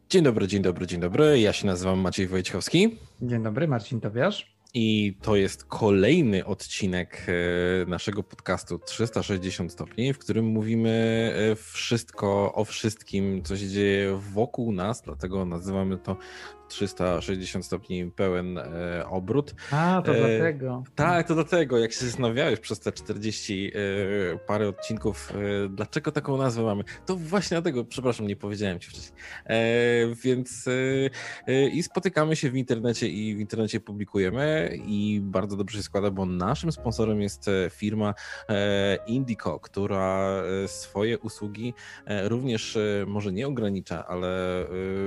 Dzień dobry, dzień dobry, dzień dobry. Ja się nazywam Maciej Wojciechowski. Dzień dobry, Marcin Tobiasz. I to jest kolejny odcinek naszego podcastu 360 stopni, w którym mówimy wszystko o wszystkim, co się dzieje wokół nas, dlatego nazywamy to 360 stopni pełen obrót. To dlatego. Tak, to dlatego. Jak się zastanawiałeś przez te 40 parę odcinków, dlaczego taką nazwę mamy, to właśnie dlatego, przepraszam, nie powiedziałem ci wcześniej. I spotykamy się w internecie i w internecie publikujemy i bardzo dobrze się składa, bo naszym sponsorem jest firma Indico, która swoje usługi również może nie ogranicza, ale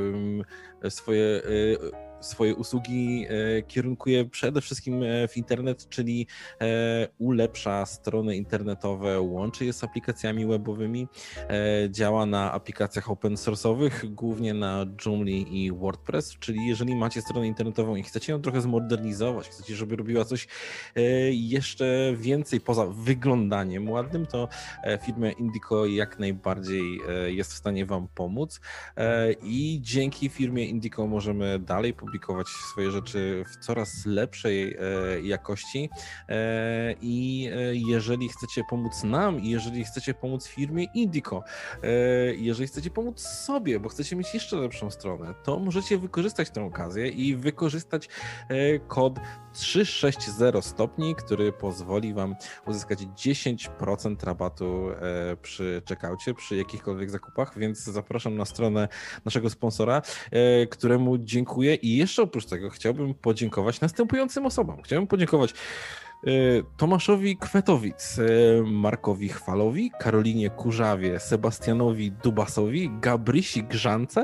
swoje usługi kierunkuje przede wszystkim w internet, czyli ulepsza strony internetowe, łączy je z aplikacjami webowymi, działa na aplikacjach open source'owych, głównie na Joomla i WordPress, czyli jeżeli macie stronę internetową i chcecie ją trochę zmodernizować, chcecie, żeby robiła coś jeszcze więcej poza wyglądaniem ładnym, to firma Indico jak najbardziej jest w stanie wam pomóc i dzięki firmie Indico możemy dalej publikować swoje rzeczy w coraz lepszej jakości i jeżeli chcecie pomóc nam i jeżeli chcecie pomóc firmie Indico, jeżeli chcecie pomóc sobie, bo chcecie mieć jeszcze lepszą stronę, to możecie wykorzystać tę okazję i wykorzystać kod 360 stopni, który pozwoli wam uzyskać 10% rabatu przy checkoutie, przy jakichkolwiek zakupach, więc zapraszam na stronę naszego sponsora, któremu dziękuję i jeszcze oprócz tego chciałbym podziękować następującym osobom. Chciałbym podziękować Tomaszowi Kwetowic, Markowi Chwalowi, Karolinie Kurzawie, Sebastianowi Dubasowi, Gabrysi Grzance,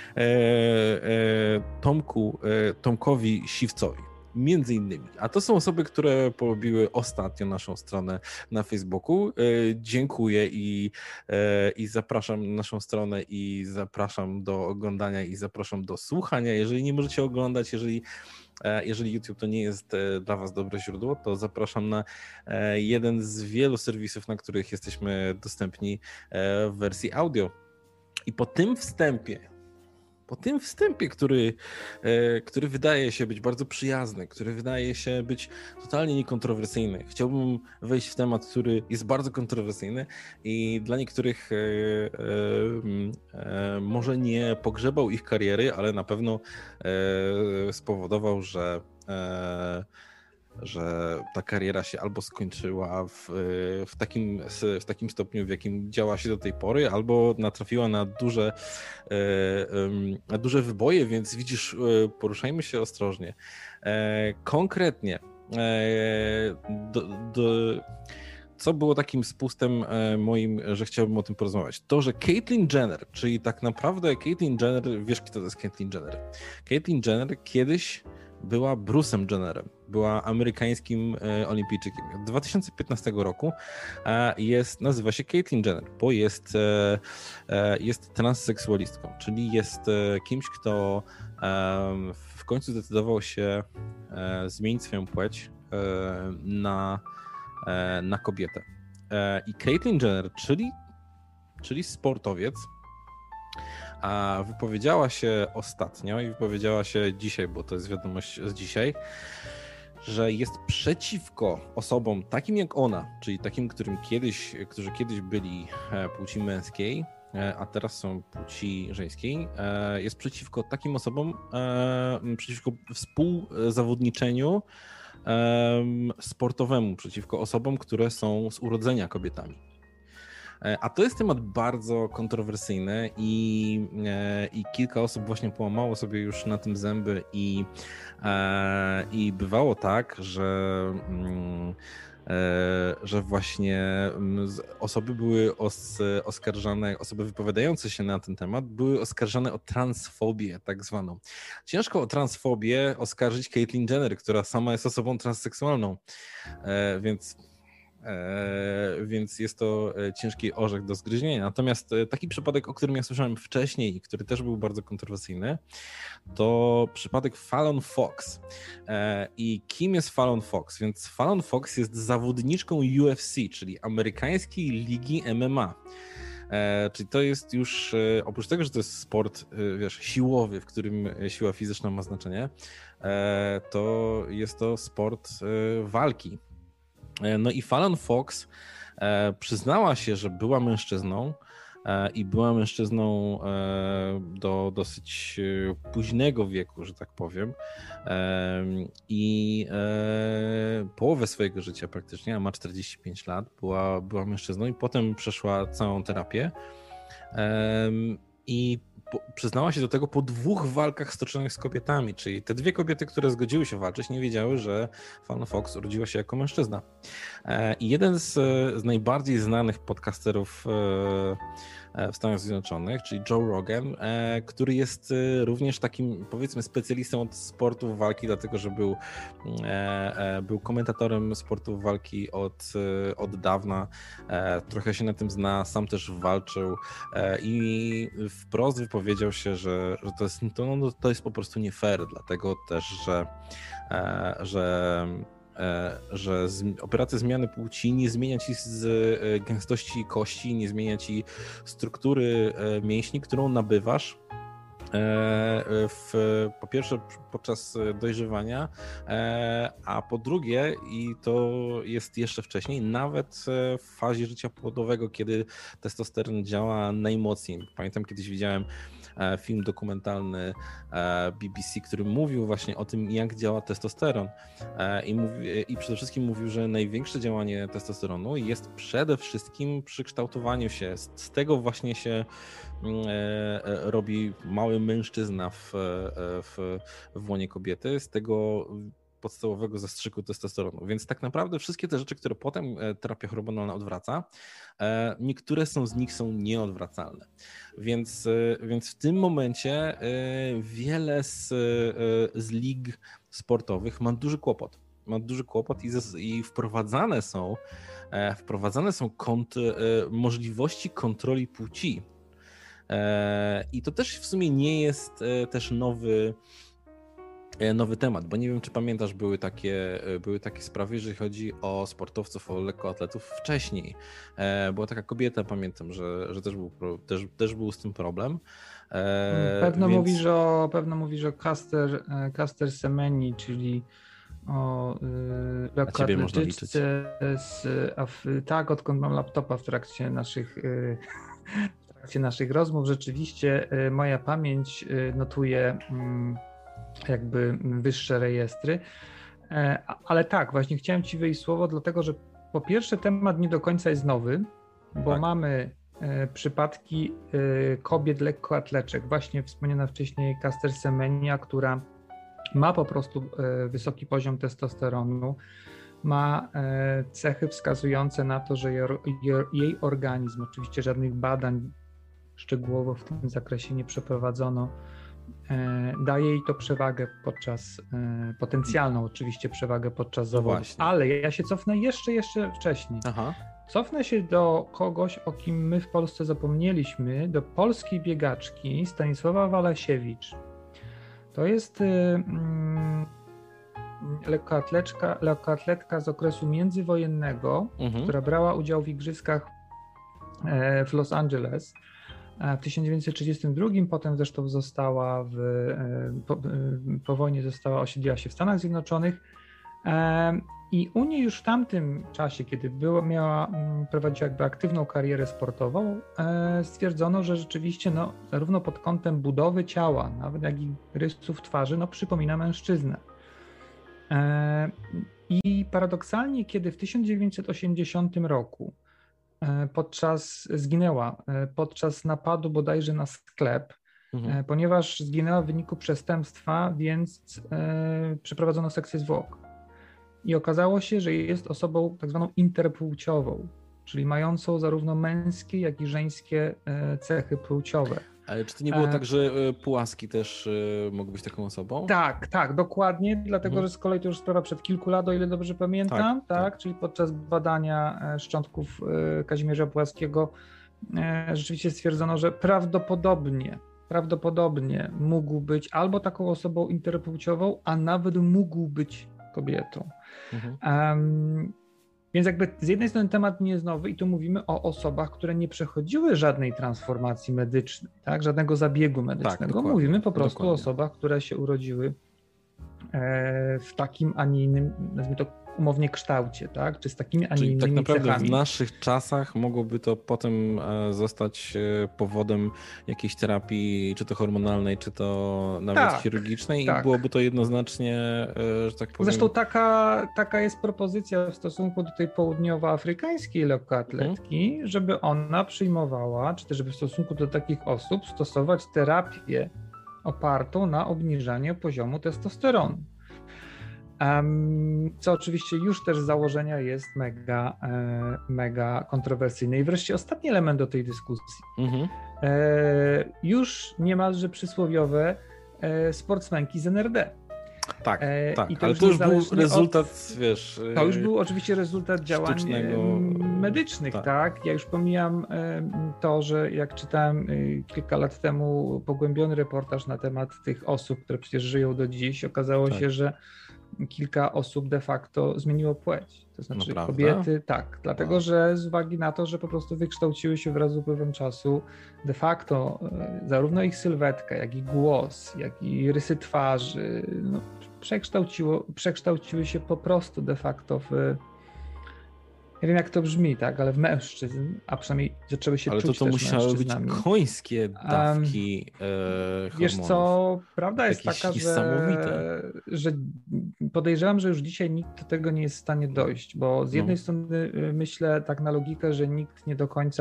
Tomkowi Siwcowi. Między innymi. A to są osoby, które polubiły ostatnio naszą stronę na Facebooku. Dziękuję i zapraszam na naszą stronę i zapraszam do oglądania i zapraszam do słuchania. Jeżeli nie możecie oglądać, jeżeli YouTube to nie jest dla was dobre źródło, to zapraszam na jeden z wielu serwisów, na których jesteśmy dostępni w wersji audio. I po tym wstępie, który wydaje się być bardzo przyjazny, który wydaje się być totalnie niekontrowersyjny. Chciałbym wejść w temat, który jest bardzo kontrowersyjny i dla niektórych może nie pogrzebał ich kariery, ale na pewno spowodował, że ta kariera się albo skończyła w takim stopniu, w jakim działa się do tej pory, albo natrafiła na duże wyboje, więc widzisz, poruszajmy się ostrożnie. Konkretnie, co było takim spustem moim, że chciałbym o tym porozmawiać? To, że Caitlyn Jenner, czyli tak naprawdę Caitlyn Jenner, wiesz, kto to jest Caitlyn Jenner? Caitlyn Jenner kiedyś była Bruce'em Jennerem, była amerykańskim olimpijczykiem. Od 2015 roku nazywa się Caitlyn Jenner, bo jest transseksualistką, czyli jest kimś, kto w końcu zdecydował się zmienić swoją płeć na kobietę. I Caitlyn Jenner, czyli sportowiec, a wypowiedziała się ostatnio i wypowiedziała się dzisiaj, bo to jest wiadomość z dzisiaj, że jest przeciwko osobom takim jak ona, czyli takim, którzy kiedyś byli płci męskiej, a teraz są płci żeńskiej, jest przeciwko takim osobom, przeciwko współzawodniczeniu sportowemu, przeciwko osobom, które są z urodzenia kobietami. A to jest temat bardzo kontrowersyjny i kilka osób właśnie połamało sobie już na tym zęby i bywało tak, że właśnie osoby były oskarżane, osoby wypowiadające się na ten temat były oskarżane o transfobię tak zwaną. Ciężko o transfobię oskarżyć Caitlyn Jenner, która sama jest osobą transseksualną, więc jest to ciężki orzech do zgryzienia. Natomiast taki przypadek, o którym ja słyszałem wcześniej i który też był bardzo kontrowersyjny, to przypadek Fallon Fox. I kim jest Fallon Fox? Więc Fallon Fox jest zawodniczką UFC, czyli amerykańskiej ligi MMA. Czyli to jest już, oprócz tego, że to jest sport, wiesz, siłowy, w którym siła fizyczna ma znaczenie, to jest to sport walki. No i Fallon Fox przyznała się, że była mężczyzną i była mężczyzną do dosyć późnego wieku, że tak powiem. I połowę swojego życia praktycznie, a ma 45 lat, była mężczyzną i potem przeszła całą terapię. I przyznała się do tego po 2 walkach stoczonych z kobietami, czyli te 2 kobiety, które zgodziły się walczyć, nie wiedziały, że Fallon Fox urodziła się jako mężczyzna. I jeden z najbardziej znanych podcasterów w Stanach Zjednoczonych, czyli Joe Rogan, który jest również takim, powiedzmy, specjalistą od sportów walki, dlatego że był komentatorem sportów walki od dawna, trochę się na tym zna, sam też walczył i wprost wypowiedział się, że to jest po prostu nie fair, dlatego też, że operacja zmiany płci nie zmienia ci z gęstości kości, nie zmienia ci struktury mięśni, którą nabywasz po pierwsze podczas dojrzewania, a po drugie, i to jest jeszcze wcześniej, nawet w fazie życia płodowego, kiedy testosteron działa najmocniej. Pamiętam, kiedyś widziałem film dokumentalny BBC, który mówił właśnie o tym, jak działa testosteron i przede wszystkim mówił, że największe działanie testosteronu jest przede wszystkim przy kształtowaniu się. Z tego właśnie się robi mały mężczyzna w łonie kobiety, z tego podstawowego zastrzyku testosteronu. Więc tak naprawdę wszystkie te rzeczy, które potem terapia hormonalna odwraca, niektóre z nich są nieodwracalne. Więc w tym momencie wiele z lig sportowych ma duży kłopot. I wprowadzane są możliwości kontroli płci. I to też w sumie nie jest też nowy temat, bo nie wiem, czy pamiętasz, były takie sprawy, jeżeli chodzi o sportowców, o lekkoatletów wcześniej. Była taka kobieta, pamiętam, że też był z tym problem. Pewno mówisz o Caster Semenya, czyli o lekkoatletyczce tak, odkąd mam laptopa w trakcie naszych rozmów, rzeczywiście moja pamięć notuje jakby wyższe rejestry, ale tak, właśnie chciałem Ci wyjść słowo, dlatego że po pierwsze temat nie do końca jest nowy, bo tak. Mamy przypadki kobiet lekkoatleczek, właśnie wspomniana wcześniej Caster Semenya, która ma po prostu wysoki poziom testosteronu, ma cechy wskazujące na to, że jej organizm, oczywiście żadnych badań szczegółowo w tym zakresie nie przeprowadzono, daje jej to przewagę potencjalną oczywiście przewagę podczas zawodów. Ale ja się cofnę jeszcze wcześniej. Aha. Cofnę się do kogoś, o kim my w Polsce zapomnieliśmy, do polskiej biegaczki Stanisława Walasiewicz. To jest lekkoatletka z okresu międzywojennego, która brała udział w igrzyskach w Los Angeles w 1932, potem zresztą po wojnie osiedliła się w Stanach Zjednoczonych i u niej już w tamtym czasie, kiedy prowadziła jakby aktywną karierę sportową, stwierdzono, że rzeczywiście zarówno pod kątem budowy ciała, nawet jak i rysów twarzy, przypomina mężczyznę. I paradoksalnie, kiedy w 1980 roku zginęła podczas napadu bodajże na sklep, ponieważ zginęła w wyniku przestępstwa, więc przeprowadzono sekcję zwłok. I okazało się, że jest osobą tak zwaną interpłciową, czyli mającą zarówno męskie, jak i żeńskie cechy płciowe. Ale czy to nie było tak, że Pułaski też mógł być taką osobą? Tak, dokładnie, dlatego że z kolei to już sprawa przed kilku lat, o ile dobrze pamiętam, tak, czyli podczas badania szczątków Kazimierza Pułaskiego rzeczywiście stwierdzono, że prawdopodobnie mógł być albo taką osobą interpłciową, a nawet mógł być kobietą. Więc jakby z jednej strony temat nie jest nowy i tu mówimy o osobach, które nie przechodziły żadnej transformacji medycznej, tak? Żadnego zabiegu medycznego. Tak, mówimy po prostu o osobach, które się urodziły w takim, a nie innym, nazwijmy to umownie, kształcie, tak? Czy z takimi, a nie innymi tak naprawdę cechami. W naszych czasach mogłoby to potem zostać powodem jakiejś terapii, czy to hormonalnej, czy to nawet chirurgicznej i byłoby to jednoznacznie, że tak powiem... Zresztą taka jest propozycja w stosunku do tej południowoafrykańskiej lekkoatletki, żeby ona przyjmowała, czy też żeby w stosunku do takich osób stosować terapię opartą na obniżaniu poziomu testosteronu. Co oczywiście już też z założenia jest mega kontrowersyjne. I wreszcie ostatni element do tej dyskusji. Już niemalże przysłowiowe sportsmenki z NRD. Tak, ale to już był rezultat, wiesz... To już był oczywiście rezultat działań medycznych, tak? Ja już pomijam to, że jak czytałem kilka lat temu pogłębiony reportaż na temat tych osób, które przecież żyją do dziś, okazało się, że kilka osób de facto zmieniło płeć. To znaczy kobiety, dlatego że z uwagi na to, że po prostu wykształciły się wraz z upływem czasu de facto zarówno ich sylwetka, jak i głos, jak i rysy twarzy, przekształciły się po prostu de facto w... Nie wiem, jak to brzmi, tak, ale w mężczyzn, a przynajmniej zaczęły się czuć też mężczyznami. Ale to musiały być końskie dawki hormonów. Wiesz co, prawda jest taka, że podejrzewam, że już dzisiaj nikt do tego nie jest w stanie dojść, bo z jednej strony myślę tak na logikę, że nikt nie do końca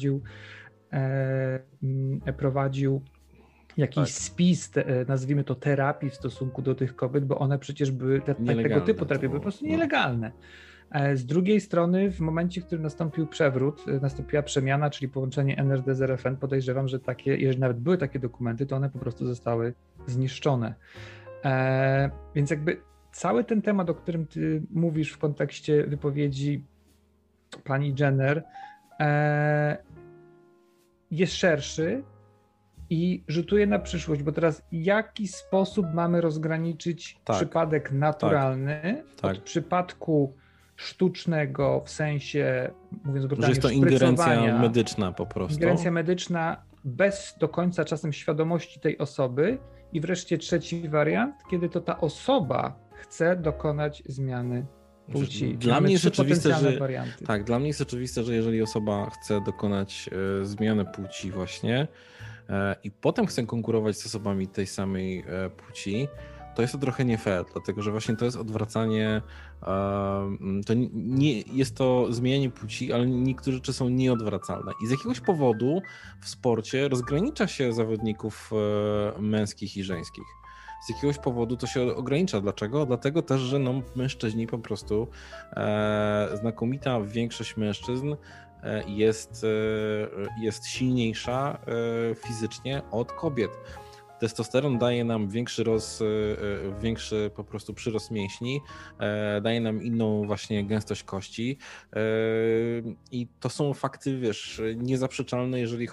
prowadził jakiś spis, nazwijmy to terapii w stosunku do tych kobiet, bo one przecież były, tego typu terapie były po prostu nielegalne. Z drugiej strony w momencie, w którym nastąpił przewrót, nastąpiła przemiana, czyli połączenie NRD z RFN, podejrzewam, że jeżeli nawet były takie dokumenty, to one po prostu zostały zniszczone. Więc jakby cały ten temat, o którym ty mówisz w kontekście wypowiedzi pani Jenner, jest szerszy i rzutuje na przyszłość, bo teraz w jaki sposób mamy rozgraniczyć przypadek naturalny od przypadku sztucznego, w sensie, mówiąc brutalnie, że jest to ingerencja medyczna po prostu. Ingerencja medyczna bez do końca czasem świadomości tej osoby i wreszcie trzeci wariant, kiedy to ta osoba chce dokonać zmiany płci. Dla mnie jest oczywiste, że dla mnie jest oczywiste, że jeżeli osoba chce dokonać zmiany płci właśnie i potem chce konkurować z osobami tej samej płci, to jest to trochę nie fair, dlatego że właśnie to jest odwracanie, to nie jest to zmienianie płci, ale niektóre rzeczy są nieodwracalne. I z jakiegoś powodu w sporcie rozgranicza się zawodników męskich i żeńskich. Z jakiegoś powodu to się ogranicza. Dlaczego? Dlatego też, że mężczyźni po prostu, znakomita większość mężczyzn jest silniejsza fizycznie od kobiet. Testosteron daje nam większy po prostu przyrost mięśni, daje nam inną właśnie gęstość kości i to są fakty, wiesz, niezaprzeczalne, jeżeli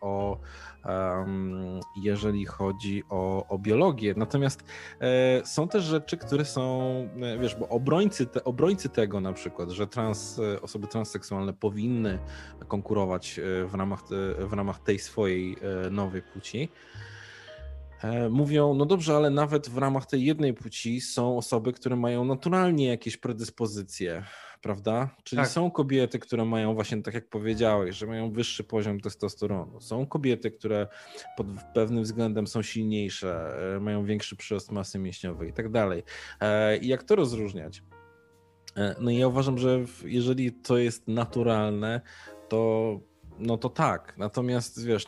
chodzi o biologię. Natomiast są też rzeczy, które są, wiesz, bo obrońcy tego na przykład, że osoby transseksualne powinny konkurować w ramach tej swojej nowej płci, mówią, no dobrze, ale nawet w ramach tej jednej płci są osoby, które mają naturalnie jakieś predyspozycje, prawda? Czyli są kobiety, które mają właśnie, tak jak powiedziałeś, że mają wyższy poziom testosteronu. Są kobiety, które pod pewnym względem są silniejsze, mają większy przyrost masy mięśniowej i tak dalej. I jak to rozróżniać? No i ja uważam, że jeżeli to jest naturalne, to tak, natomiast wiesz,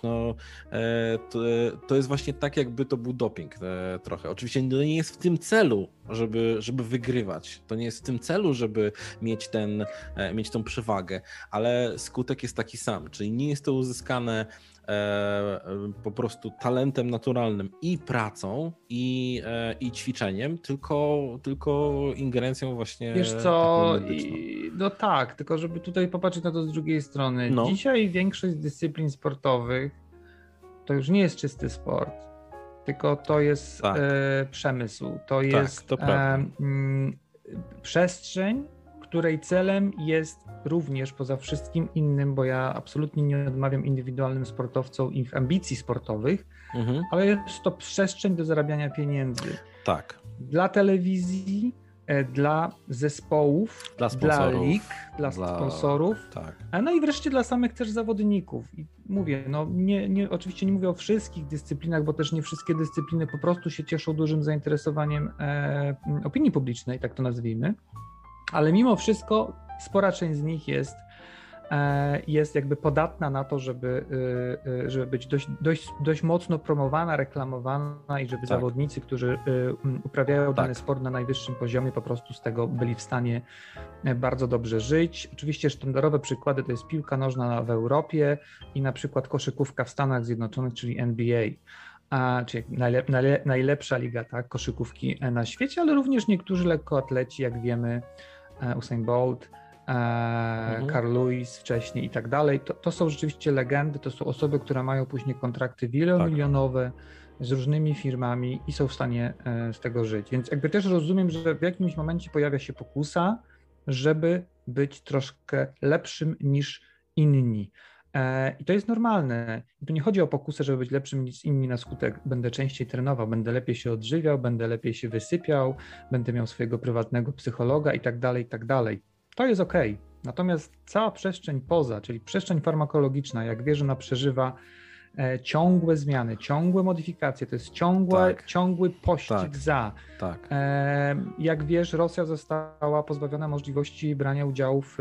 to jest właśnie tak, jakby to był doping trochę. Oczywiście to nie jest w tym celu, żeby wygrywać. To nie jest w tym celu, żeby mieć tą przewagę, ale skutek jest taki sam, czyli nie jest to uzyskane po prostu talentem naturalnym i pracą i ćwiczeniem, tylko ingerencją właśnie. Wiesz co, no tak, tylko żeby tutaj popatrzeć na to z drugiej strony. Dzisiaj większość dyscyplin sportowych to już nie jest czysty sport, tylko to jest przemysł, to jest przestrzeń, której celem jest również poza wszystkim innym, bo ja absolutnie nie odmawiam indywidualnym sportowcom ich ambicji sportowych, ale jest to przestrzeń do zarabiania pieniędzy. Tak. Dla telewizji, dla zespołów, dla lig, dla sponsorów, tak. No i wreszcie dla samych też zawodników. I mówię, no oczywiście nie mówię o wszystkich dyscyplinach, bo też nie wszystkie dyscypliny po prostu się cieszą dużym zainteresowaniem opinii publicznej, tak to nazwijmy, ale mimo wszystko spora część z nich jest jakby podatna na to, żeby być dość mocno promowana, reklamowana i żeby zawodnicy, którzy uprawiają dany sport na najwyższym poziomie, po prostu z tego byli w stanie bardzo dobrze żyć. Oczywiście sztandarowe przykłady to jest piłka nożna w Europie i na przykład koszykówka w Stanach Zjednoczonych, czyli NBA. Czyli najlepsza liga, tak, koszykówki na świecie, ale również niektórzy lekkoatleci, jak wiemy, Usain Bolt, Carl Lewis wcześniej i tak dalej. To są rzeczywiście legendy, to są osoby, które mają później kontrakty wielomilionowe z różnymi firmami i są w stanie z tego żyć. Więc jakby też rozumiem, że w jakimś momencie pojawia się pokusa, żeby być troszkę lepszym niż inni. I to jest normalne. I tu nie chodzi o pokusę, żeby być lepszym niż inni na skutek będę częściej trenował, będę lepiej się odżywiał, będę lepiej się wysypiał, będę miał swojego prywatnego psychologa i tak dalej, i tak dalej. To jest okej. Natomiast cała przestrzeń poza, czyli przestrzeń farmakologiczna, jak wiesz, ona przeżywa ciągłe zmiany, ciągłe modyfikacje, to jest ciągły pościg za. Tak. Jak wiesz, Rosja została pozbawiona możliwości brania udziału w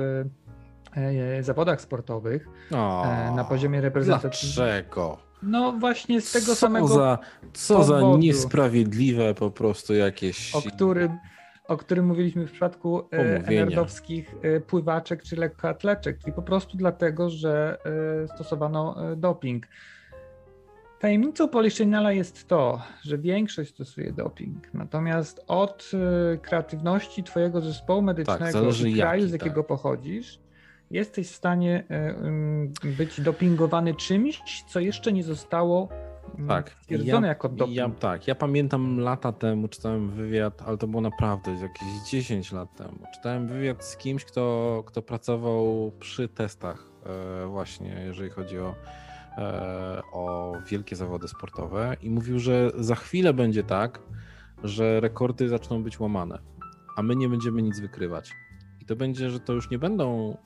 zawodach sportowych na poziomie reprezentacyjnym. Dlaczego? No właśnie z tego samego Co za niesprawiedliwe po prostu jakieś... O którym mówiliśmy w przypadku nerdowskich pływaczek czy lekkoatleczek, czyli po prostu dlatego, że stosowano doping. Tajemnicą Poliszynela jest to, że większość stosuje doping, natomiast od kreatywności twojego zespołu medycznego i kraju, z jakiego pochodzisz, jesteś w stanie być dopingowany czymś, co jeszcze nie zostało stwierdzone jako doping. Ja pamiętam lata temu, czytałem wywiad, ale to było naprawdę jakieś 10 lat temu. Czytałem wywiad z kimś, kto pracował przy testach właśnie, jeżeli chodzi o wielkie zawody sportowe i mówił, że za chwilę będzie tak, że rekordy zaczną być łamane, a my nie będziemy nic wykrywać. I to będzie, że to już nie będą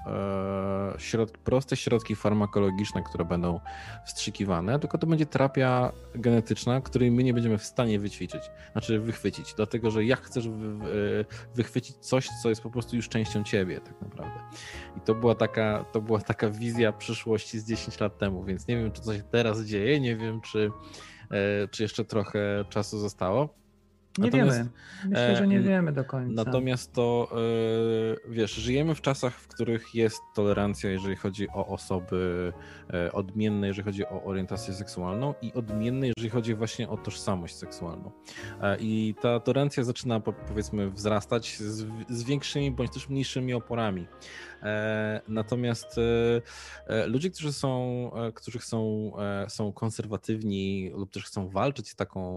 proste środki farmakologiczne, które będą wstrzykiwane, tylko to będzie terapia genetyczna, której my nie będziemy w stanie wychwycić. Dlatego, że jak chcesz wychwycić coś, co jest po prostu już częścią ciebie tak naprawdę. I to była taka wizja przyszłości z 10 lat temu, więc nie wiem, czy to się teraz dzieje, nie wiem, czy jeszcze trochę czasu zostało. Nie wiemy. Myślę, że nie wiemy do końca. Natomiast to, wiesz, żyjemy w czasach, w których jest tolerancja, jeżeli chodzi o osoby odmienne, jeżeli chodzi o orientację seksualną i odmienne, jeżeli chodzi właśnie o tożsamość seksualną. I ta tolerancja zaczyna, powiedzmy, wzrastać z większymi bądź też mniejszymi oporami. Natomiast ludzie, którzy są konserwatywni lub też chcą walczyć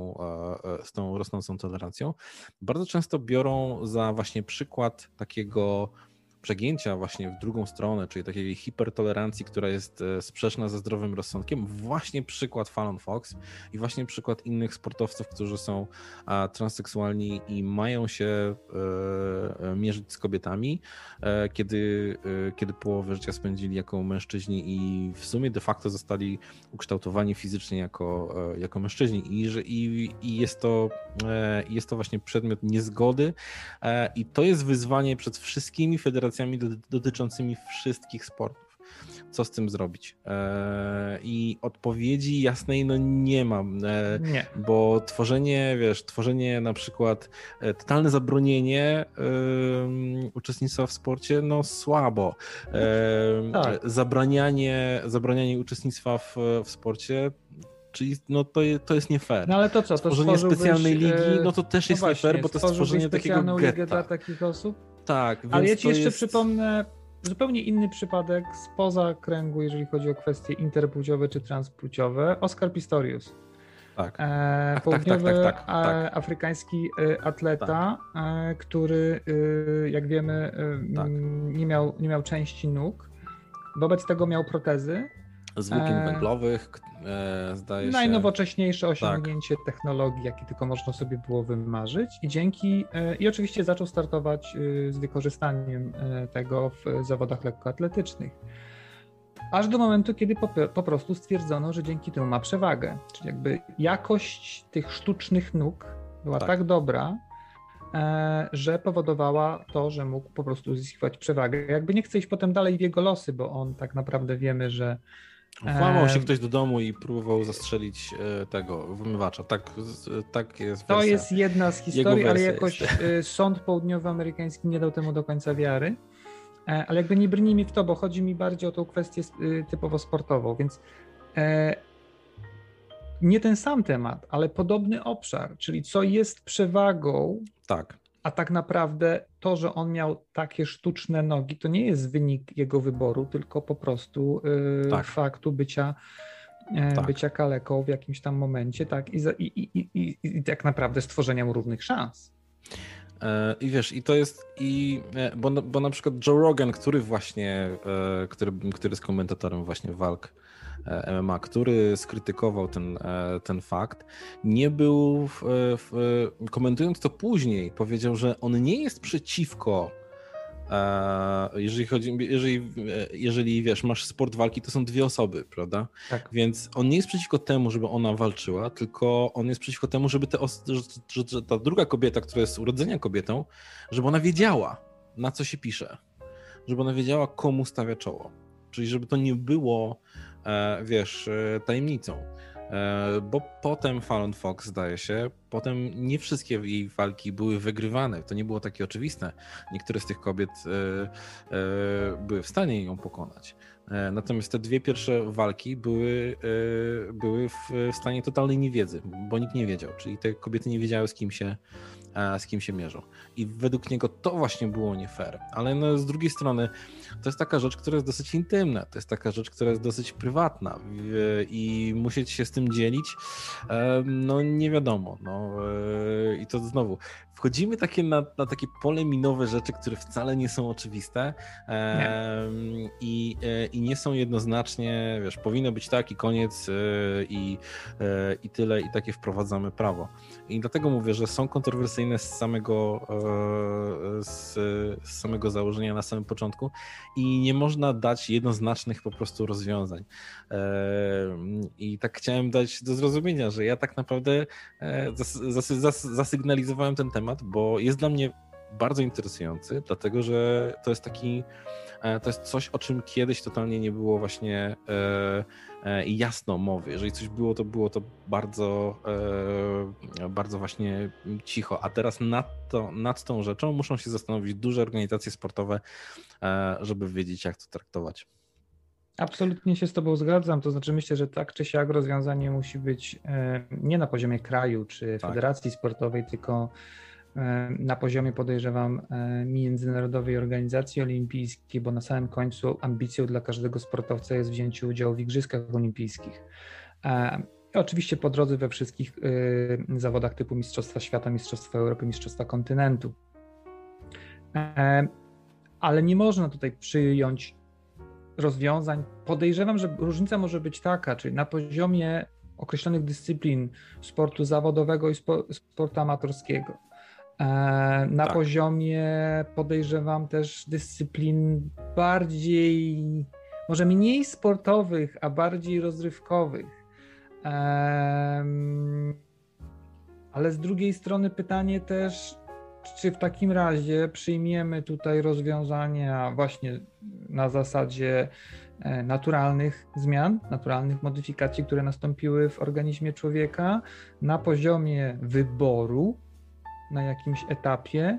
z tą rosnącą tolerancją, bardzo często biorą za właśnie przykład takiego przegięcia właśnie w drugą stronę, czyli takiej hipertolerancji, która jest sprzeczna ze zdrowym rozsądkiem, właśnie przykład Fallon Fox i właśnie przykład innych sportowców, którzy są transseksualni i mają się mierzyć z kobietami, kiedy połowę życia spędzili jako mężczyźni i w sumie de facto zostali ukształtowani fizycznie jako mężczyźni i jest to właśnie przedmiot niezgody i to jest wyzwanie przed wszystkimi federacjami dotyczącymi wszystkich sportów. Co z tym zrobić? I odpowiedzi jasnej nie mam, nie. Bo tworzenie na przykład totalne zabronienie uczestnictwa w sporcie, słabo. Tak. Zabranianie uczestnictwa w sporcie, czyli to jest nie fair. No ale to co? Stworzenie specjalnej ligi, to też jest nie fair, bo to jest stworzenie takiego getta. Ligę dla takich osób? Tak. Więc ale ja ci jeszcze przypomnę zupełnie inny przypadek spoza kręgu, jeżeli chodzi o kwestie interpłciowe czy transpłciowe. Oscar Pistorius. Tak. Południowy Tak. afrykański atleta, który, jak wiemy, nie miał części nóg. Wobec tego miał protezy. Z włókien węglowych, zdaje się. Najnowocześniejsze osiągnięcie technologii, jakie tylko można sobie było wymarzyć. I oczywiście zaczął startować z wykorzystaniem tego w zawodach lekkoatletycznych. Aż do momentu, kiedy po prostu stwierdzono, że dzięki temu ma przewagę. Czyli jakby jakość tych sztucznych nóg była tak dobra, że powodowała to, że mógł po prostu uzyskiwać przewagę. Jakby nie chcę iść potem dalej w jego losy, bo on tak naprawdę wiemy, że włamał się ktoś do domu i próbował zastrzelić tego wymywacza. Tak jest wersja. To jest jedna z historii, ale jakoś sąd południowoamerykański nie dał temu do końca wiary. Ale jakby nie brnij mi w to, bo chodzi mi bardziej o tą kwestię typowo sportową, więc nie ten sam temat, ale podobny obszar, czyli co jest przewagą, a tak naprawdę to, że on miał takie sztuczne nogi, to nie jest wynik jego wyboru, tylko po prostu faktu bycia kaleką w jakimś tam momencie, i tak naprawdę stworzenia mu równych szans. I wiesz, i to jest, bo na przykład Joe Rogan, który jest komentatorem właśnie walk MMA, który skrytykował ten fakt, nie był, komentując to później, powiedział, że on nie jest przeciwko, jeżeli wiesz, masz sport walki, to są dwie osoby, prawda? Tak. Więc on nie jest przeciwko temu, żeby ona walczyła, tylko on jest przeciwko temu, żeby że ta druga kobieta, która jest z urodzenia kobietą, żeby ona wiedziała, na co się pisze, żeby ona wiedziała, komu stawia czoło. Czyli żeby to nie było, wiesz, tajemnicą. Bo potem Fallon Fox, zdaje się, potem nie wszystkie jej walki były wygrywane. To nie było takie oczywiste. Niektóre z tych kobiet były w stanie ją pokonać. Natomiast te dwie pierwsze walki były w stanie totalnej niewiedzy, bo nikt nie wiedział. Czyli te kobiety nie wiedziały, z kim się mierzą. I według niego to właśnie było nie fair. Ale no, z drugiej strony to jest taka rzecz, która jest dosyć intymna, to jest taka rzecz, która jest dosyć prywatna i musieć się z tym dzielić, no nie wiadomo. No, i to znowu, wchodzimy na takie pole minowe rzeczy, które wcale nie są oczywiste i nie są jednoznacznie, wiesz, powinno być tak i koniec i tyle, i takie wprowadzamy prawo. I dlatego mówię, że są kontrowersyjne z samego założenia na samym początku i nie można dać jednoznacznych po prostu rozwiązań. I tak chciałem dać do zrozumienia, że ja tak naprawdę zasygnalizowałem ten temat, bo jest dla mnie bardzo interesujący, dlatego że to jest coś, o czym kiedyś totalnie nie było właśnie jasno mowy. Jeżeli coś było to bardzo, bardzo właśnie cicho, a teraz nad tą rzeczą muszą się zastanowić duże organizacje sportowe, żeby wiedzieć, jak to traktować. Absolutnie się z Tobą zgadzam, to znaczy myślę, że tak czy siak rozwiązanie musi być nie na poziomie kraju czy federacji sportowej, tylko na poziomie, podejrzewam, Międzynarodowej Organizacji Olimpijskiej, bo na samym końcu ambicją dla każdego sportowca jest wzięcie udziału w Igrzyskach Olimpijskich. Oczywiście po drodze we wszystkich zawodach typu Mistrzostwa Świata, Mistrzostwa Europy, Mistrzostwa Kontynentu. Ale nie można tutaj przyjąć rozwiązań. Podejrzewam, że różnica może być taka, czyli na poziomie określonych dyscyplin sportu zawodowego i sportu amatorskiego. Na poziomie, podejrzewam, też dyscyplin bardziej, może mniej sportowych, a bardziej rozrywkowych. Ale z drugiej strony pytanie też, czy w takim razie przyjmiemy tutaj rozwiązania właśnie na zasadzie naturalnych zmian, naturalnych modyfikacji, które nastąpiły w organizmie człowieka, na poziomie wyboru na jakimś etapie.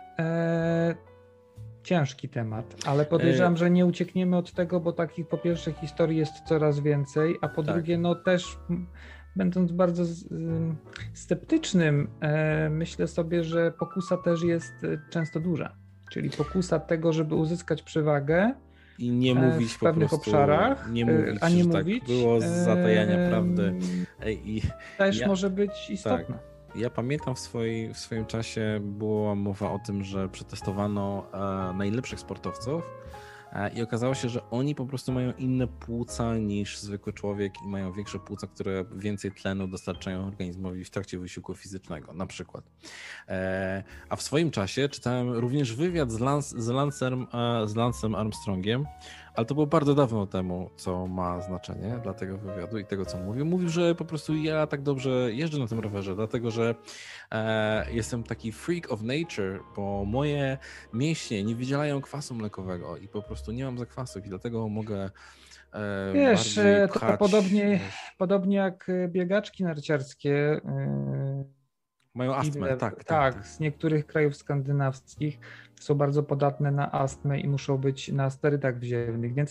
Ciężki temat, ale podejrzewam, że nie uciekniemy od tego, bo takich po pierwsze historii jest coraz więcej, a po drugie no też będąc bardzo sceptycznym, myślę sobie, że pokusa też jest często duża, czyli pokusa tego, żeby uzyskać przewagę, I nie mówić w pewnych po prostu, obszarach, nie mówić, a nie że mówić, tak było z zatajania prawdy. I też może być istotne. Tak. Ja pamiętam w swoim czasie była mowa o tym, że przetestowano najlepszych sportowców i okazało się, że oni po prostu mają inne płuca niż zwykły człowiek i mają większe płuca, które więcej tlenu dostarczają organizmowi w trakcie wysiłku fizycznego, na przykład. A w swoim czasie czytałem również wywiad z Lance'em Armstrongiem, ale to było bardzo dawno temu, co ma znaczenie dla tego wywiadu i tego, co mówił. Mówił, że po prostu ja tak dobrze jeżdżę na tym rowerze, dlatego że jestem taki freak of nature, bo moje mięśnie nie wydzielają kwasu mlekowego i po prostu nie mam zakwasów i dlatego mogę Wiesz, bardziej to pchać. podobnie jak biegaczki narciarskie. Mają astmę, tak. Z niektórych krajów skandynawskich są bardzo podatne na astmę i muszą być na sterydach wziewnych, więc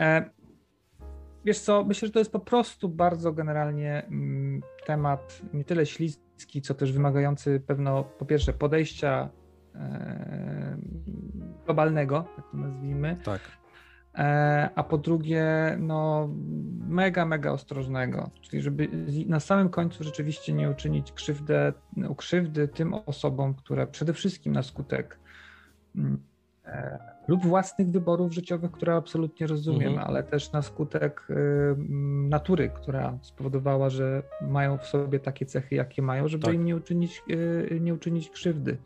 wiesz co, myślę, że to jest po prostu bardzo generalnie temat nie tyle śliski, co też wymagający pewno, po pierwsze, podejścia globalnego, tak to nazwijmy, tak. A po drugie, no mega ostrożnego, czyli żeby na samym końcu rzeczywiście nie uczynić krzywdy tym osobom, które przede wszystkim na skutek lub własnych wyborów życiowych, które absolutnie rozumiem, ale też na skutek natury, która spowodowała, że mają w sobie takie cechy, jakie mają, żeby im nie uczynić krzywdy.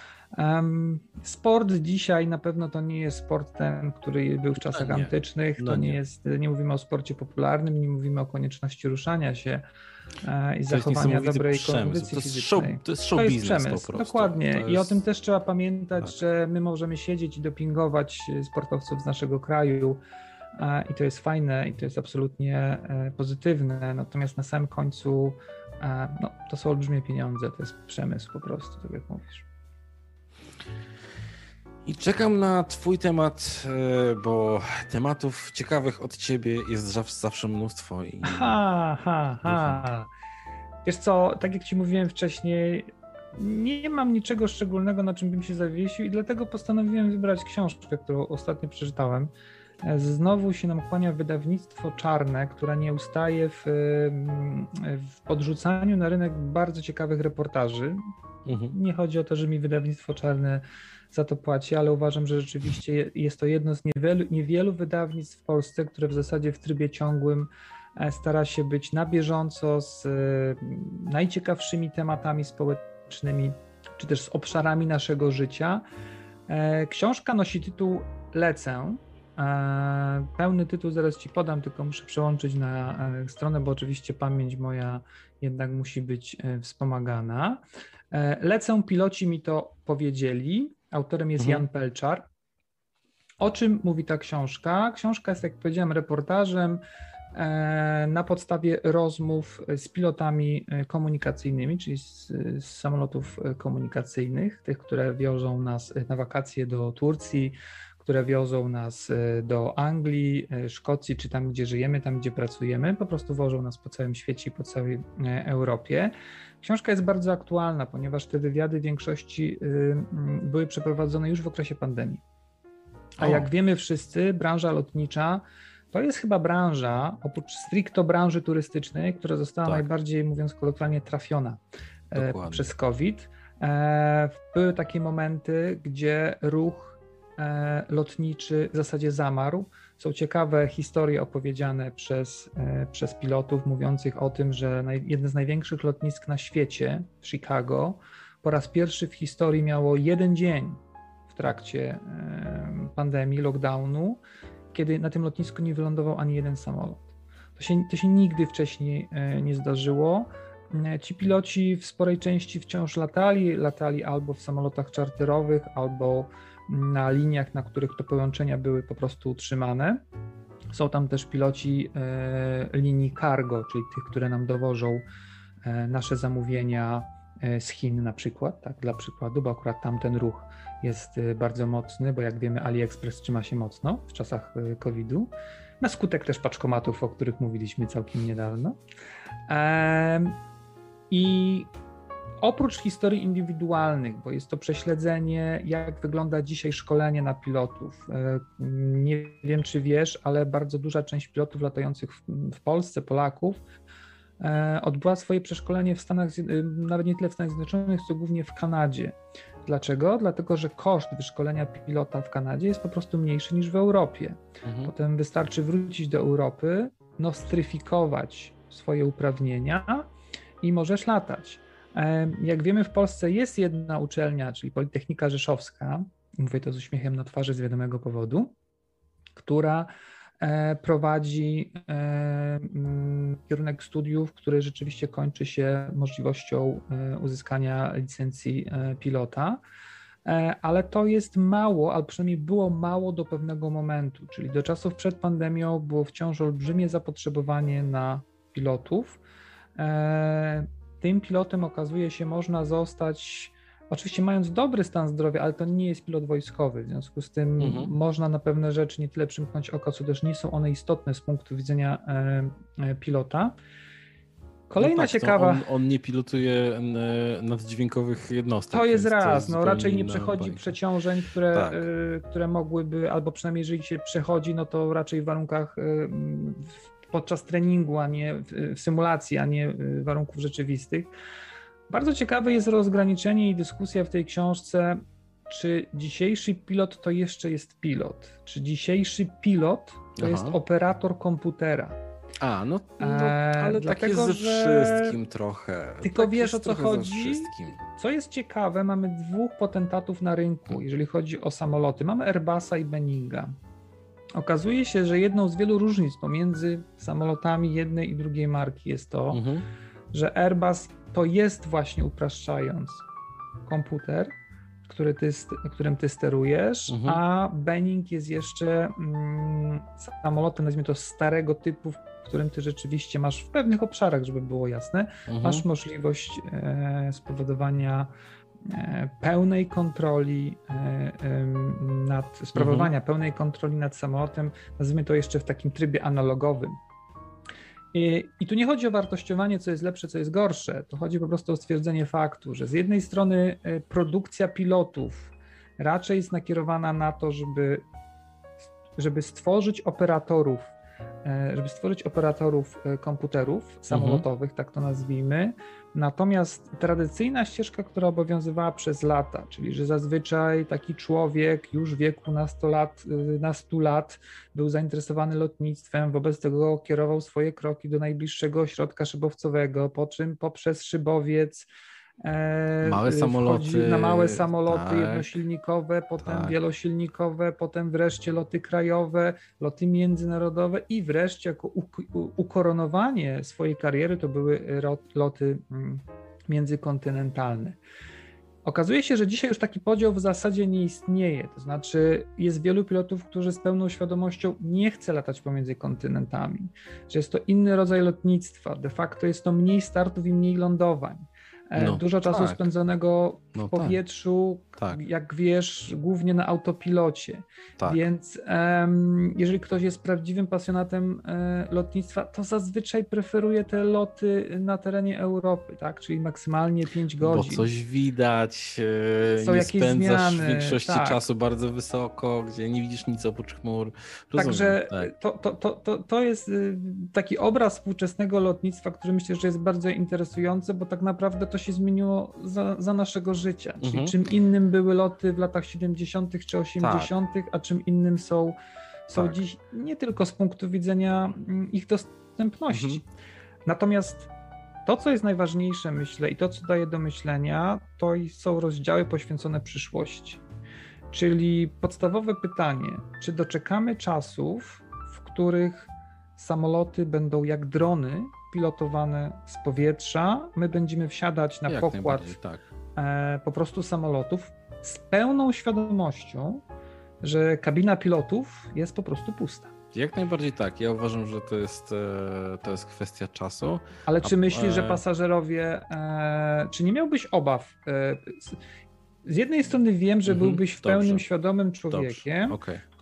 Sport dzisiaj na pewno to nie jest sport ten, który był w czasach antycznych, nie mówimy o sporcie popularnym, nie mówimy o konieczności ruszania się i zachowania dobrej kondycji fizycznej. To jest show biznes przemysł, po prostu. Dokładnie. I o tym też trzeba pamiętać, że my możemy siedzieć i dopingować sportowców z naszego kraju i to jest fajne i to jest absolutnie pozytywne, natomiast na samym końcu to są olbrzymie pieniądze, to jest przemysł po prostu, tak jak mówisz. I czekam na twój temat, bo tematów ciekawych od ciebie jest zawsze mnóstwo. Wiesz co, tak jak ci mówiłem wcześniej, nie mam niczego szczególnego, na czym bym się zawiesił i dlatego postanowiłem wybrać książkę, którą ostatnio przeczytałem. Znowu się nam kłania wydawnictwo Czarne, które nie ustaje w podrzucaniu na rynek bardzo ciekawych reportaży. Nie chodzi o to, że mi wydawnictwo Czarne za to płaci, ale uważam, że rzeczywiście jest to jedno z niewielu wydawnictw w Polsce, które w zasadzie w trybie ciągłym stara się być na bieżąco z najciekawszymi tematami społecznymi, czy też z obszarami naszego życia. Książka nosi tytuł Lecę. Pełny tytuł zaraz ci podam, tylko muszę przełączyć na stronę, bo oczywiście pamięć moja jednak musi być wspomagana. Lecę, piloci mi to powiedzieli. Autorem jest Jan Pelczar. O czym mówi ta książka? Książka jest, jak powiedziałem, reportażem na podstawie rozmów z pilotami komunikacyjnymi, czyli z samolotów komunikacyjnych, tych, które wiozą nas na wakacje do Turcji, które wiozą nas do Anglii, Szkocji, czy tam, gdzie żyjemy, tam, gdzie pracujemy, po prostu wożą nas po całym świecie i po całej Europie. Książka jest bardzo aktualna, ponieważ te wywiady w większości były przeprowadzone już w okresie pandemii. A jak wiemy wszyscy, branża lotnicza to jest chyba branża, oprócz stricto branży turystycznej, która została najbardziej, mówiąc kolokwialnie, trafiona przez COVID. Były takie momenty, gdzie ruch lotniczy w zasadzie zamarł. Są ciekawe historie opowiedziane przez pilotów mówiących o tym, że jedno z największych lotnisk na świecie, w Chicago, po raz pierwszy w historii miało jeden dzień w trakcie pandemii, lockdownu, kiedy na tym lotnisku nie wylądował ani jeden samolot. To się nigdy wcześniej nie zdarzyło. Ci piloci w sporej części wciąż latali albo w samolotach czarterowych, albo na liniach, na których to połączenia były po prostu utrzymane. Są tam też piloci linii cargo, czyli tych, które nam dowożą nasze zamówienia z Chin na przykład, tak, dla przykładu, bo akurat tam ten ruch jest bardzo mocny, bo jak wiemy AliExpress trzyma się mocno w czasach COVID-u, na skutek też paczkomatów, o których mówiliśmy całkiem niedawno. I oprócz historii indywidualnych, bo jest to prześledzenie, jak wygląda dzisiaj szkolenie na pilotów. Nie wiem, czy wiesz, ale bardzo duża część pilotów latających w Polsce, Polaków, odbyła swoje przeszkolenie w Stanach, nawet nie tyle w Stanach Zjednoczonych, co głównie w Kanadzie. Dlaczego? Dlatego, że koszt wyszkolenia pilota w Kanadzie jest po prostu mniejszy niż w Europie. Potem wystarczy wrócić do Europy, nostryfikować swoje uprawnienia i możesz latać. Jak wiemy, w Polsce jest jedna uczelnia, czyli Politechnika Rzeszowska, mówię to z uśmiechem na twarzy z wiadomego powodu, która prowadzi kierunek studiów, który rzeczywiście kończy się możliwością uzyskania licencji pilota, ale to jest mało, albo przynajmniej było mało do pewnego momentu, czyli do czasów przed pandemią było wciąż olbrzymie zapotrzebowanie na pilotów. Tym pilotem, okazuje się, można zostać, oczywiście mając dobry stan zdrowia, ale to nie jest pilot wojskowy, w związku z tym można na pewne rzeczy nie tyle przymknąć oko, co też nie są one istotne z punktu widzenia pilota. Kolejna ciekawa... On nie pilotuje naddźwiękowych jednostek. To jest raz, raczej nie przechodzi przeciążeń, które mogłyby, albo przynajmniej jeżeli się przechodzi, no to raczej w warunkach podczas treningu, a nie w symulacji, a nie warunków rzeczywistych. Bardzo ciekawe jest rozgraniczenie i dyskusja w tej książce, czy dzisiejszy pilot to jeszcze jest pilot, czy dzisiejszy pilot to jest operator komputera. Ale tak jest ze wszystkim trochę. Tylko wiesz, o co chodzi? Co jest ciekawe, mamy dwóch potentatów na rynku, jeżeli chodzi o samoloty. Mamy Airbusa i Boeinga. Okazuje się, że jedną z wielu różnic pomiędzy samolotami jednej i drugiej marki jest to, że Airbus to jest, właśnie upraszczając, komputer, którym ty sterujesz, a Boeing jest jeszcze samolotem, nazwijmy to, starego typu, w którym ty rzeczywiście masz w pewnych obszarach, żeby było jasne, masz możliwość spowodowania pełnej kontroli sprawowania pełnej kontroli nad samolotem, nazwijmy to jeszcze w takim trybie analogowym. I tu nie chodzi o wartościowanie, co jest lepsze, co jest gorsze, to chodzi po prostu o stwierdzenie faktu, że z jednej strony produkcja pilotów raczej jest nakierowana na to, żeby stworzyć operatorów komputerów samolotowych, tak to nazwijmy. Natomiast tradycyjna ścieżka, która obowiązywała przez lata, czyli że zazwyczaj taki człowiek już w wieku na 100 lat był zainteresowany lotnictwem, wobec tego kierował swoje kroki do najbliższego ośrodka szybowcowego, po czym poprzez szybowiec na małe samoloty jednosilnikowe, potem wielosilnikowe, potem wreszcie loty krajowe, loty międzynarodowe i wreszcie jako ukoronowanie swojej kariery to były loty międzykontynentalne. Okazuje się, że dzisiaj już taki podział w zasadzie nie istnieje, to znaczy jest wielu pilotów, którzy z pełną świadomością nie chce latać pomiędzy kontynentami, że jest to inny rodzaj lotnictwa, de facto jest to mniej startów i mniej lądowań. Dużo czasu spędzonego w powietrzu, jak wiesz, głównie na autopilocie. Więc jeżeli ktoś jest prawdziwym pasjonatem lotnictwa, to zazwyczaj preferuje te loty na terenie Europy, tak? Czyli maksymalnie 5 godzin. Bo coś widać, są nie spędzasz zmiany, w większości czasu bardzo wysoko, gdzie nie widzisz nic oprócz chmur. Także to jest taki obraz współczesnego lotnictwa, który myślę, że jest bardzo interesujący, bo tak naprawdę to się zmieniło za naszego życia. Czyli czym innym były loty w latach 70. czy 80., a czym innym są dziś nie tylko z punktu widzenia ich dostępności. Natomiast to, co jest najważniejsze, myślę, i to, co daje do myślenia, to są rozdziały poświęcone przyszłości. Czyli podstawowe pytanie, czy doczekamy czasów, w których samoloty będą jak drony pilotowane z powietrza, my będziemy wsiadać na pokład po prostu samolotów z pełną świadomością, że kabina pilotów jest po prostu pusta. Jak najbardziej tak. Ja uważam, że to jest kwestia czasu. Ale czy myślisz, że pasażerowie, czy nie miałbyś obaw? Z jednej strony wiem, że byłbyś w pełnym świadomym człowiekiem,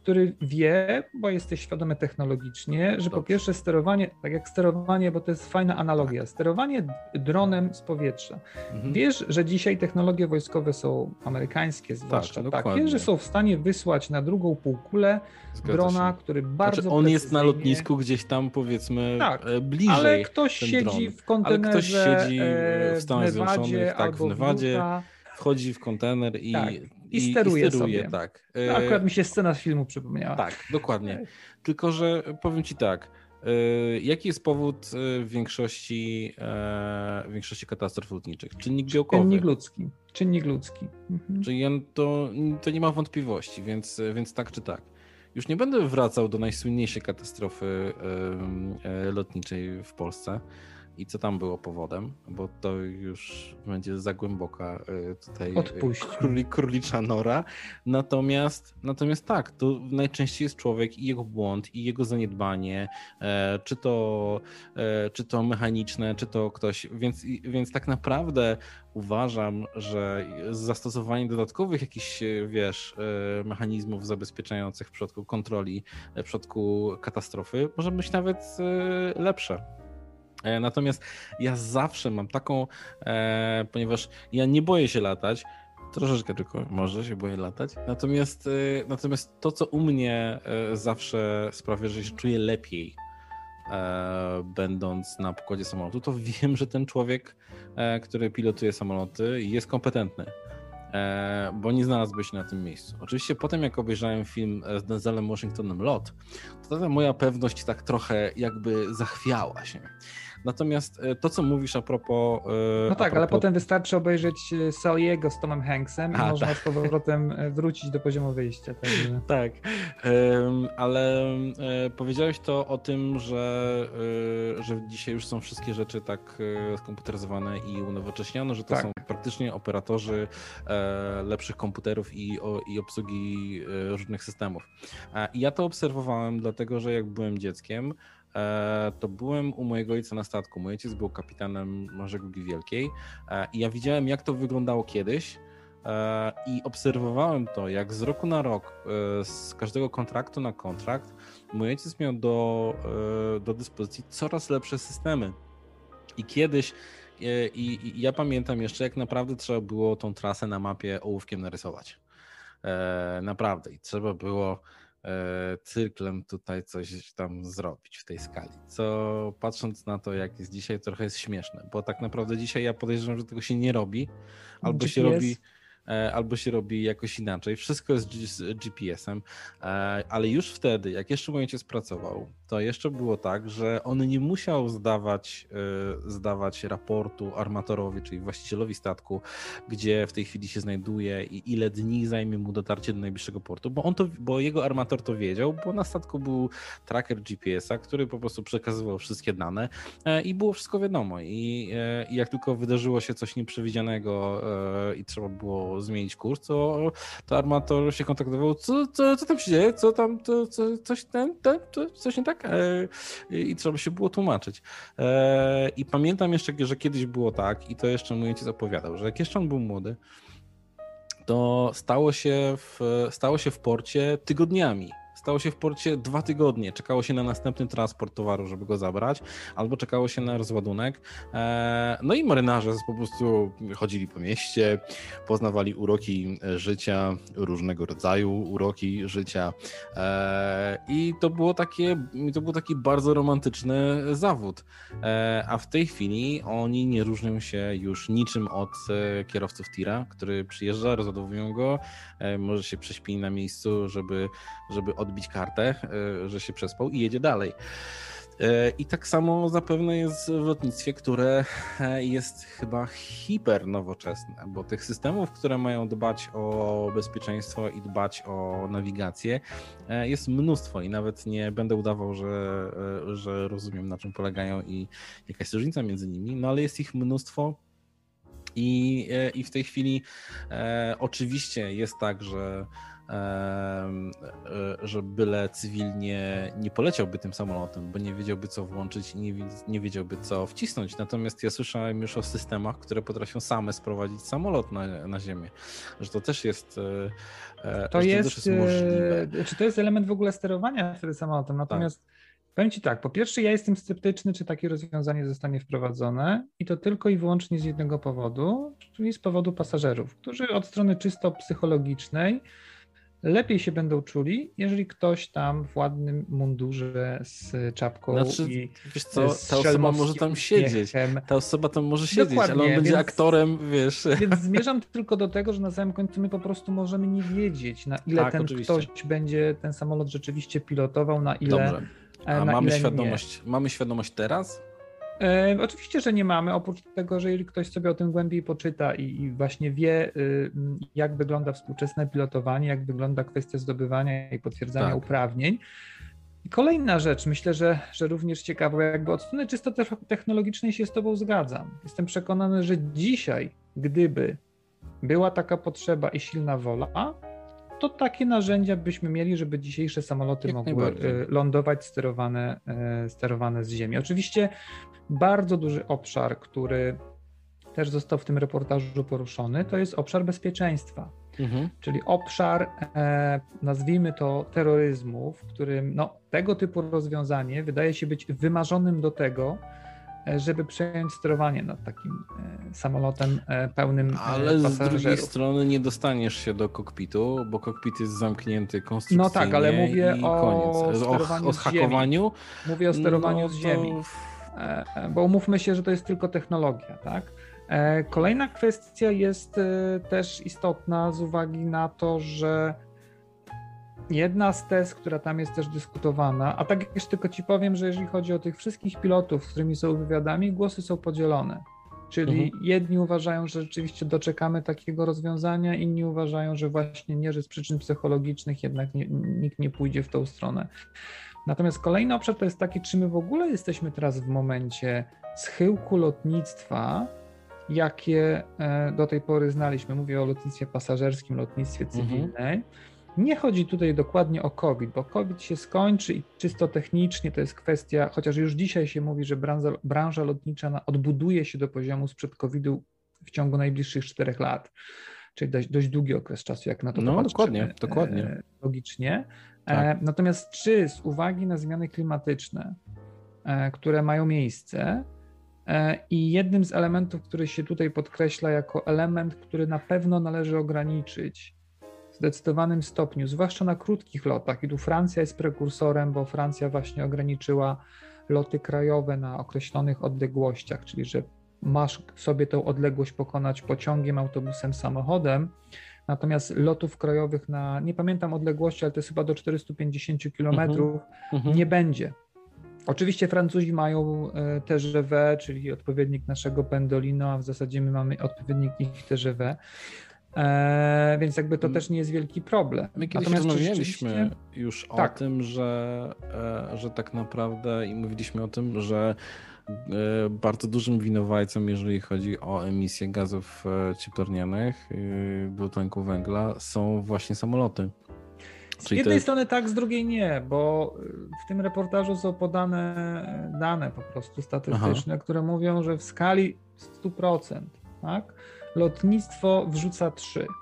który wie, bo jesteś świadomy technologicznie, że po pierwsze sterowanie, tak jak sterowanie, bo to jest fajna analogia, sterowanie dronem z powietrza. Wiesz, że dzisiaj technologie wojskowe są amerykańskie zwłaszcza takie, że są w stanie wysłać na drugą półkulę drona, który bardzo on jest na lotnisku gdzieś tam, powiedzmy, bliżej. Ale ktoś siedzi w kontenerze, ktoś siedzi w Stanach Zjednoczonych, w Nevadzie, wchodzi w kontener i steruje sobie. Tak. No, akurat mi się scena z filmu przypomniała. Tak, dokładnie. Tylko że powiem ci tak, jaki jest powód większości katastrof lotniczych? Czynnik białkowy. Czynnik ludzki. Czyli to nie ma wątpliwości, więc tak czy tak. Już nie będę wracał do najsłynniejszej katastrofy lotniczej w Polsce i co tam było powodem, bo to już będzie za głęboka tutaj królicza nora. Natomiast tak, to najczęściej jest człowiek i jego błąd, i jego zaniedbanie, czy to mechaniczne, czy to ktoś, więc tak naprawdę uważam, że zastosowanie dodatkowych jakichś, mechanizmów zabezpieczających w przypadku kontroli, w przypadku katastrofy może być nawet lepsze. Natomiast ja zawsze mam taką, ponieważ ja nie boję się latać, troszeczkę tylko może się boję latać, natomiast to, co u mnie zawsze sprawia, że się czuję lepiej, będąc na pokładzie samolotu, to wiem, że ten człowiek, który pilotuje samoloty, jest kompetentny, bo nie znalazłby się na tym miejscu. Oczywiście potem, jak obejrzałem film z Denzelem Washingtonem Lot, to ta moja pewność tak trochę jakby zachwiała się. Natomiast to, co mówisz a propos... ale potem wystarczy obejrzeć Sully'ego z Tomem Hanksem i można z powrotem wrócić do poziomu wyjścia. Także... Tak, ale powiedziałeś to o tym, że dzisiaj już są wszystkie rzeczy tak skomputeryzowane i unowocześnione, że to są praktycznie operatorzy lepszych komputerów i obsługi różnych systemów. I ja to obserwowałem, dlatego że jak byłem dzieckiem, to byłem u mojego ojca na statku. Mój ojciec był kapitanem żeglugi wielkiej i ja widziałem, jak to wyglądało kiedyś i obserwowałem to, jak z roku na rok, z każdego kontraktu na kontrakt, mój ojciec miał do dyspozycji coraz lepsze systemy. I kiedyś ja pamiętam jeszcze, jak naprawdę trzeba było tą trasę na mapie ołówkiem narysować. Naprawdę. I trzeba było cyrklem tutaj coś tam zrobić w tej skali, co patrząc na to, jak jest dzisiaj, trochę jest śmieszne, bo tak naprawdę dzisiaj ja podejrzewam, że tego się nie robi, albo się robi jakoś inaczej. Wszystko jest z GPS-em, ale już wtedy, jak jeszcze mój ojciec pracował, to jeszcze było tak, że on nie musiał zdawać raportu armatorowi, czyli właścicielowi statku, gdzie w tej chwili się znajduje i ile dni zajmie mu dotarcie do najbliższego portu, bo jego armator to wiedział, bo na statku był tracker GPS-a, który po prostu przekazywał wszystkie dane i było wszystko wiadomo. I jak tylko wydarzyło się coś nieprzewidzianego i trzeba było zmienić kurs, to armator się kontaktował, co tam się dzieje, coś nie tak? I trzeba się było tłumaczyć. I pamiętam jeszcze, że kiedyś było tak, i to jeszcze mój ojciec opowiadał, że jak jeszcze on był młody, to stało się w porcie tygodniami. Stało się w porcie 2 tygodnie. Czekało się na następny transport towaru, żeby go zabrać, albo czekało się na rozładunek. No i marynarze po prostu chodzili po mieście, poznawali uroki życia, różnego rodzaju uroki życia. I to był taki bardzo romantyczny zawód. A w tej chwili oni nie różnią się już niczym od kierowców tira, który przyjeżdża, rozładowują go, może się prześpi na miejscu, żeby odbić kartę, że się przespał i jedzie dalej. I tak samo zapewne jest w lotnictwie, które jest chyba hipernowoczesne, bo tych systemów, które mają dbać o bezpieczeństwo i dbać o nawigację, jest mnóstwo i nawet nie będę udawał, że rozumiem, na czym polegają i jaka jest różnica między nimi, no ale jest ich mnóstwo. I w tej chwili oczywiście jest tak, że że byle cywilnie nie poleciałby tym samolotem, bo nie wiedziałby co włączyć i nie wiedziałby co wcisnąć. Natomiast ja słyszałem już o systemach, które potrafią same sprowadzić samolot na ziemię, że to też jest, to też jest możliwe. Czy to jest element w ogóle sterowania wtedy samolotem? Natomiast powiem Ci tak, po pierwsze ja jestem sceptyczny, czy takie rozwiązanie zostanie wprowadzone i to tylko i wyłącznie z jednego powodu, czyli z powodu pasażerów, którzy od strony czysto psychologicznej lepiej się będą czuli, jeżeli ktoś tam w ładnym mundurze z czapką i wiesz co, ta osoba może tam siedzieć. Ta osoba tam może siedzieć, ale on będzie aktorem, wiesz. Więc zmierzam tylko do tego, że na samym końcu my po prostu możemy nie wiedzieć, na ile ktoś będzie ten samolot rzeczywiście pilotował, na ile. Dobrze. A mamy świadomość teraz? Oczywiście, że nie mamy, oprócz tego, że jeżeli ktoś sobie o tym głębiej poczyta i właśnie wie, jak wygląda współczesne pilotowanie, jak wygląda kwestia zdobywania i potwierdzania uprawnień. I kolejna rzecz, myślę, że również ciekawa, jakby od strony czysto technologicznej się z Tobą zgadzam. Jestem przekonany, że dzisiaj, gdyby była taka potrzeba i silna wola, to takie narzędzia byśmy mieli, żeby dzisiejsze samoloty mogły lądować sterowane z ziemi. Oczywiście bardzo duży obszar, który też został w tym reportażu poruszony, to jest obszar bezpieczeństwa, czyli obszar, nazwijmy to, terroryzmu, w którym tego typu rozwiązanie wydaje się być wymarzonym do tego, żeby przejąć sterowanie nad takim samolotem pełnym pasażerów. Ale z drugiej strony nie dostaniesz się do kokpitu, bo kokpit jest zamknięty konstrukcyjnie. No tak, ale mówię o sterowaniu z ziemi. Mówię o sterowaniu z ziemi, bo umówmy się, że to jest tylko technologia, tak? Kolejna kwestia jest też istotna z uwagi na to, że jedna z tez, która tam jest też dyskutowana, a tak jeszcze tylko Ci powiem, że jeżeli chodzi o tych wszystkich pilotów, z którymi są wywiadami, głosy są podzielone. Czyli jedni uważają, że rzeczywiście doczekamy takiego rozwiązania, inni uważają, że właśnie nie, że z przyczyn psychologicznych jednak nikt nie pójdzie w tą stronę. Natomiast kolejny obszar to jest taki, czy my w ogóle jesteśmy teraz w momencie schyłku lotnictwa, jakie do tej pory znaliśmy. Mówię o lotnictwie pasażerskim, lotnictwie cywilnej. Nie chodzi tutaj dokładnie o COVID, bo COVID się skończy i czysto technicznie to jest kwestia, chociaż już dzisiaj się mówi, że branża lotnicza odbuduje się do poziomu sprzed COVID-u w ciągu najbliższych 4 lat, czyli dość długi okres czasu, jak na to popatrzymy. Dokładnie. Logicznie. Tak. Natomiast czy z uwagi na zmiany klimatyczne, które mają miejsce, i jednym z elementów, który się tutaj podkreśla jako element, który na pewno należy ograniczyć w zdecydowanym stopniu, zwłaszcza na krótkich lotach, i tu Francja jest prekursorem, bo Francja właśnie ograniczyła loty krajowe na określonych odległościach, czyli że masz sobie tą odległość pokonać pociągiem, autobusem, samochodem, natomiast lotów krajowych na, nie pamiętam odległości, ale to jest chyba do 450 km, nie będzie. Oczywiście Francuzi mają TGV, czyli odpowiednik naszego Pendolino, a w zasadzie my mamy odpowiednik ich TGV, więc jakby to też nie jest wielki problem. My kiedyś rozmawialiśmy już o tym, że tak naprawdę i mówiliśmy o tym, że bardzo dużym winowajcą, jeżeli chodzi o emisję gazów cieplarnianych, dwutlenku węgla, są właśnie samoloty. Z jednej strony tak, z drugiej nie, bo w tym reportażu są podane dane po prostu statystyczne, które mówią, że w skali 100%, tak, lotnictwo wrzuca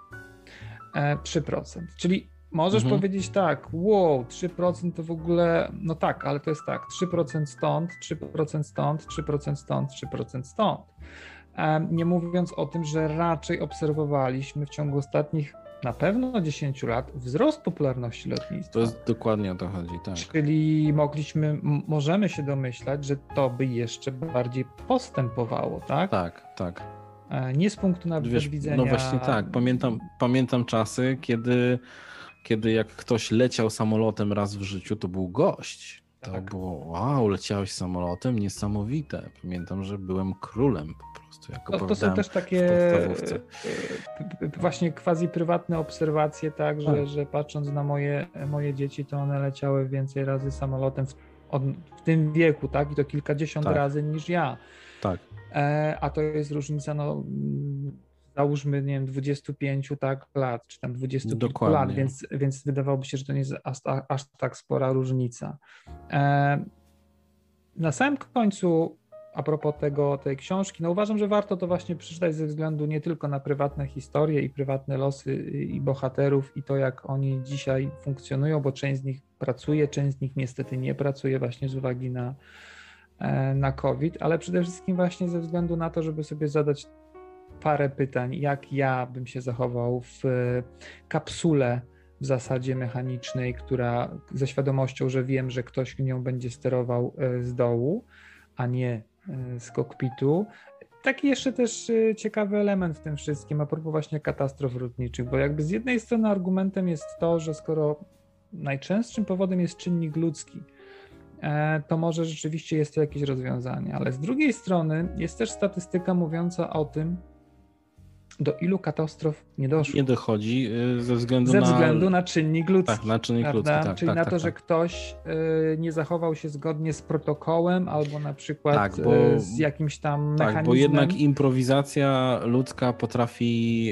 3%. Czyli możesz powiedzieć tak, wow, 3% to w ogóle, no tak, ale to jest tak, 3% stąd, 3% stąd, 3% stąd, 3% stąd. Nie mówiąc o tym, że raczej obserwowaliśmy w ciągu ostatnich na pewno 10 lat wzrost popularności lotnictwa. To jest dokładnie o to chodzi, tak. Czyli możemy się domyślać, że to by jeszcze bardziej postępowało, tak? Tak. Nie z punktu nawet widzenia... No właśnie tak, pamiętam czasy, kiedy jak ktoś leciał samolotem raz w życiu, to był gość. To było, wow, leciałeś samolotem, niesamowite. Pamiętam, że byłem królem po prostu, jak opowiadałem. To są też takie właśnie quasi prywatne obserwacje, tak, że patrząc na moje dzieci, to one leciały więcej razy samolotem w tym wieku, tak, i to kilkadziesiąt razy niż ja. Tak. A to jest różnica, załóżmy, nie wiem, 25 tak, lat, czy tam 20 kilku Dokładnie. lat, więc wydawałoby się, że to nie jest aż tak spora różnica. Na samym końcu, a propos tej książki, no uważam, że warto to właśnie przeczytać ze względu nie tylko na prywatne historie i prywatne losy i bohaterów i to, jak oni dzisiaj funkcjonują, bo część z nich pracuje, część z nich niestety nie pracuje właśnie z uwagi na COVID, ale przede wszystkim właśnie ze względu na to, żeby sobie zadać parę pytań, jak ja bym się zachował w kapsule w zasadzie mechanicznej, która ze świadomością, że wiem, że ktoś nią będzie sterował z dołu, a nie z kokpitu. Taki jeszcze też ciekawy element w tym wszystkim, a propos właśnie katastrof lotniczych, bo jakby z jednej strony argumentem jest to, że skoro najczęstszym powodem jest czynnik ludzki, to może rzeczywiście jest to jakieś rozwiązanie, ale z drugiej strony jest też statystyka mówiąca o tym, do ilu katastrof nie doszło. Nie dochodzi ze względu na czynnik ludzki. Tak, na czynnik ludzki, tak. Czyli na to, że ktoś nie zachował się zgodnie z protokołem albo na przykład z jakimś tam mechanizmem. Tak, bo jednak improwizacja ludzka potrafi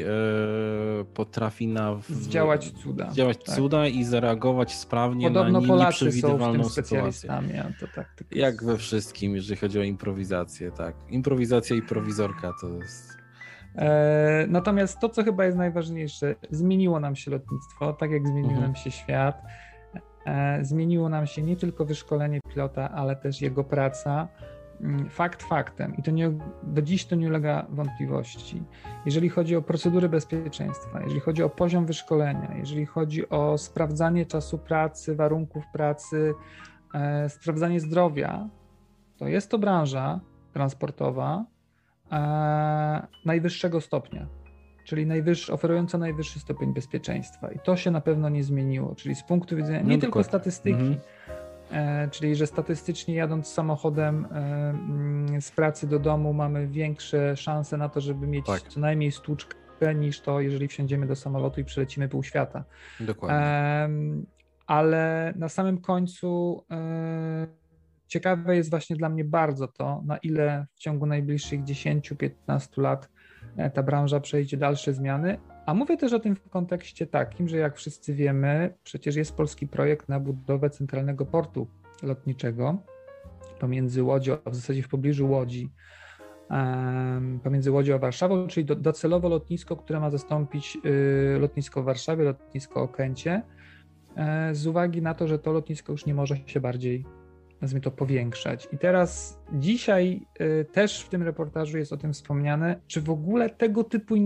zdziałać cuda. Cuda i zareagować sprawnie Podobno na nieprzewidywalną sytuację. To tak, jak we wszystkim, jeżeli chodzi o improwizację, tak. Improwizacja i prowizorka to jest... Natomiast to, co chyba jest najważniejsze, zmieniło nam się lotnictwo, tak jak zmienił nam się świat. Zmieniło nam się nie tylko wyszkolenie pilota, ale też jego praca. Fakt faktem i do dziś to nie ulega wątpliwości. Jeżeli chodzi o procedury bezpieczeństwa, jeżeli chodzi o poziom wyszkolenia, jeżeli chodzi o sprawdzanie czasu pracy, warunków pracy, sprawdzanie zdrowia, to jest to branża transportowa najwyższego stopnia, czyli oferująca najwyższy stopień bezpieczeństwa i to się na pewno nie zmieniło, czyli z punktu widzenia nie tylko statystyki, czyli że statystycznie jadąc samochodem z pracy do domu mamy większe szanse na to, żeby mieć co najmniej stłuczkę niż to, jeżeli wsiądziemy do samolotu i przelecimy pół świata. Dokładnie. Ale na samym końcu ciekawe jest właśnie dla mnie bardzo to, na ile w ciągu najbliższych 10-15 lat ta branża przejdzie dalsze zmiany. A mówię też o tym w kontekście takim, że jak wszyscy wiemy, przecież jest polski projekt na budowę centralnego portu lotniczego pomiędzy Łodzią, w zasadzie w pobliżu Łodzi, pomiędzy Łodzią a Warszawą, czyli docelowo lotnisko, które ma zastąpić lotnisko w Warszawie, lotnisko Okęcie, z uwagi na to, że to lotnisko już nie może się bardziej, nazwijmy to, powiększać. I teraz dzisiaj też w tym reportażu jest o tym wspomniane, czy w ogóle tego typu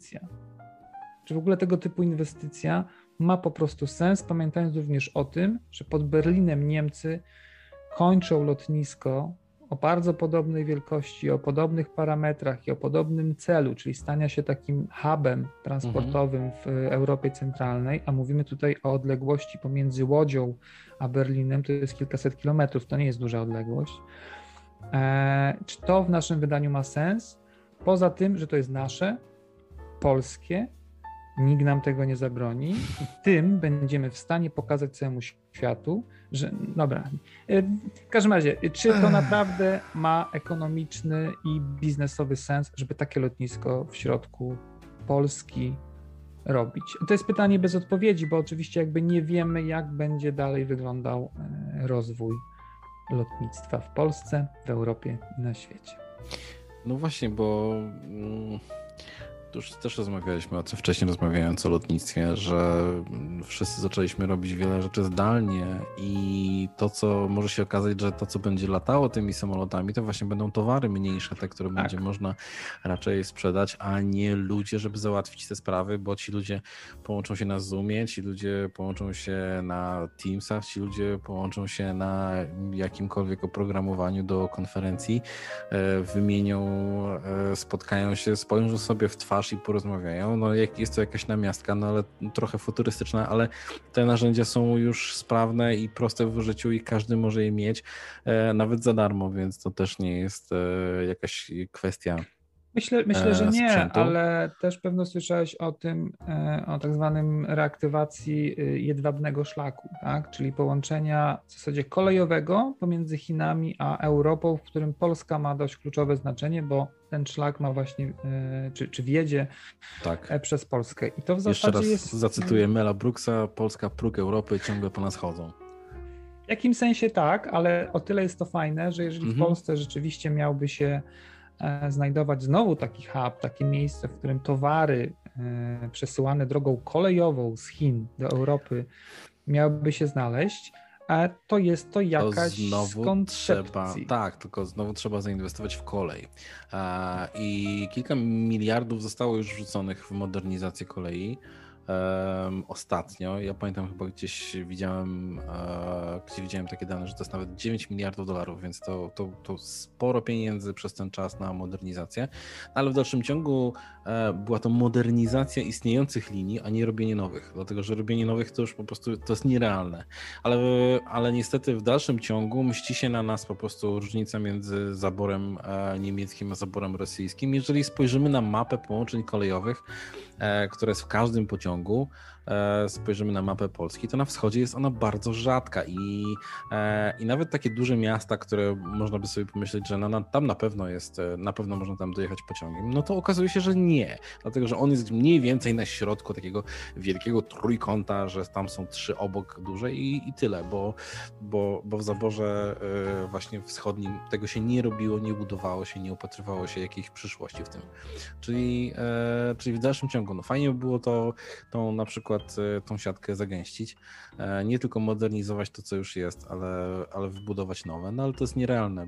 inwestycja ma po prostu sens, pamiętając również o tym, że pod Berlinem Niemcy kończą lotnisko o bardzo podobnej wielkości, o podobnych parametrach i o podobnym celu, czyli stania się takim hubem transportowym w Europie Centralnej, a mówimy tutaj o odległości pomiędzy Łodzią a Berlinem, to jest kilkaset kilometrów, to nie jest duża odległość. Czy to w naszym wydaniu ma sens? Poza tym, że to jest nasze, polskie, nikt nam tego nie zabroni i tym będziemy w stanie pokazać całemu światu, że dobra, w każdym razie, czy to naprawdę ma ekonomiczny i biznesowy sens, żeby takie lotnisko w środku Polski robić? To jest pytanie bez odpowiedzi, bo oczywiście jakby nie wiemy, jak będzie dalej wyglądał rozwój lotnictwa w Polsce, w Europie i na świecie. No właśnie, bo już też rozmawialiśmy o tym wcześniej, rozmawiając o lotnictwie, że wszyscy zaczęliśmy robić wiele rzeczy zdalnie i to, co może się okazać, że to, co będzie latało tymi samolotami, to właśnie będą towary mniejsze, te, które będzie można raczej sprzedać, a nie ludzie, żeby załatwić te sprawy, bo ci ludzie połączą się na Zoomie, ci ludzie połączą się na Teamsach, ci ludzie połączą się na jakimkolwiek oprogramowaniu do konferencji, wymienią, spotkają się, spojrzą sobie w twarz i porozmawiają. No jest to jakaś namiastka, no ale trochę futurystyczna, ale te narzędzia są już sprawne i proste w użyciu i każdy może je mieć, nawet za darmo, więc to też nie jest jakaś kwestia Myślę, że nie, sprzętu. ale też pewno słyszałeś o tym, o tak zwanym reaktywacji jedwabnego szlaku, tak? Czyli połączenia w zasadzie kolejowego pomiędzy Chinami a Europą, w którym Polska ma dość kluczowe znaczenie, bo ten szlak ma właśnie, czy wiedzie Tak. przez Polskę. I to w Jeszcze zasadzie raz jest zacytuję Mela Brooksa, Polska próg Europy ciągle po nas chodzą. w jakimś sensie tak, ale o tyle jest to fajne, że jeżeli w Polsce rzeczywiście miałby się znajdować znowu taki hub, takie miejsce, w którym towary przesyłane drogą kolejową z Chin do Europy miałyby się znaleźć, to jest to jakaś z koncepcji. Tak, tylko znowu trzeba zainwestować w kolej. I kilka miliardów zostało już wrzuconych w modernizację kolei. Ostatnio, ja pamiętam chyba gdzieś widziałem takie dane, że to jest nawet 9 miliardów dolarów, więc to sporo pieniędzy przez ten czas na modernizację, ale w dalszym ciągu była to modernizacja istniejących linii, a nie robienie nowych, dlatego że robienie nowych to już po prostu to jest nierealne, ale niestety w dalszym ciągu mści się na nas po prostu różnica między zaborem niemieckim a zaborem rosyjskim. Jeżeli spojrzymy na mapę połączeń kolejowych, która jest w każdym pociągu, spojrzymy na mapę Polski, to na wschodzie jest ona bardzo rzadka i nawet takie duże miasta, które można by sobie pomyśleć, że tam na pewno można tam dojechać pociągiem, no to okazuje się, że nie, dlatego że on jest mniej więcej na środku takiego wielkiego trójkąta, że tam są 3 obok duże i tyle, bo w zaborze właśnie wschodnim tego się nie robiło, nie budowało się, nie upatrywało się jakiejś przyszłości w tym. Czyli w dalszym ciągu, no fajnie by było tą na przykład tą siatkę zagęścić, nie tylko modernizować to, co już jest, ale wybudować nowe, no ale to jest nierealne,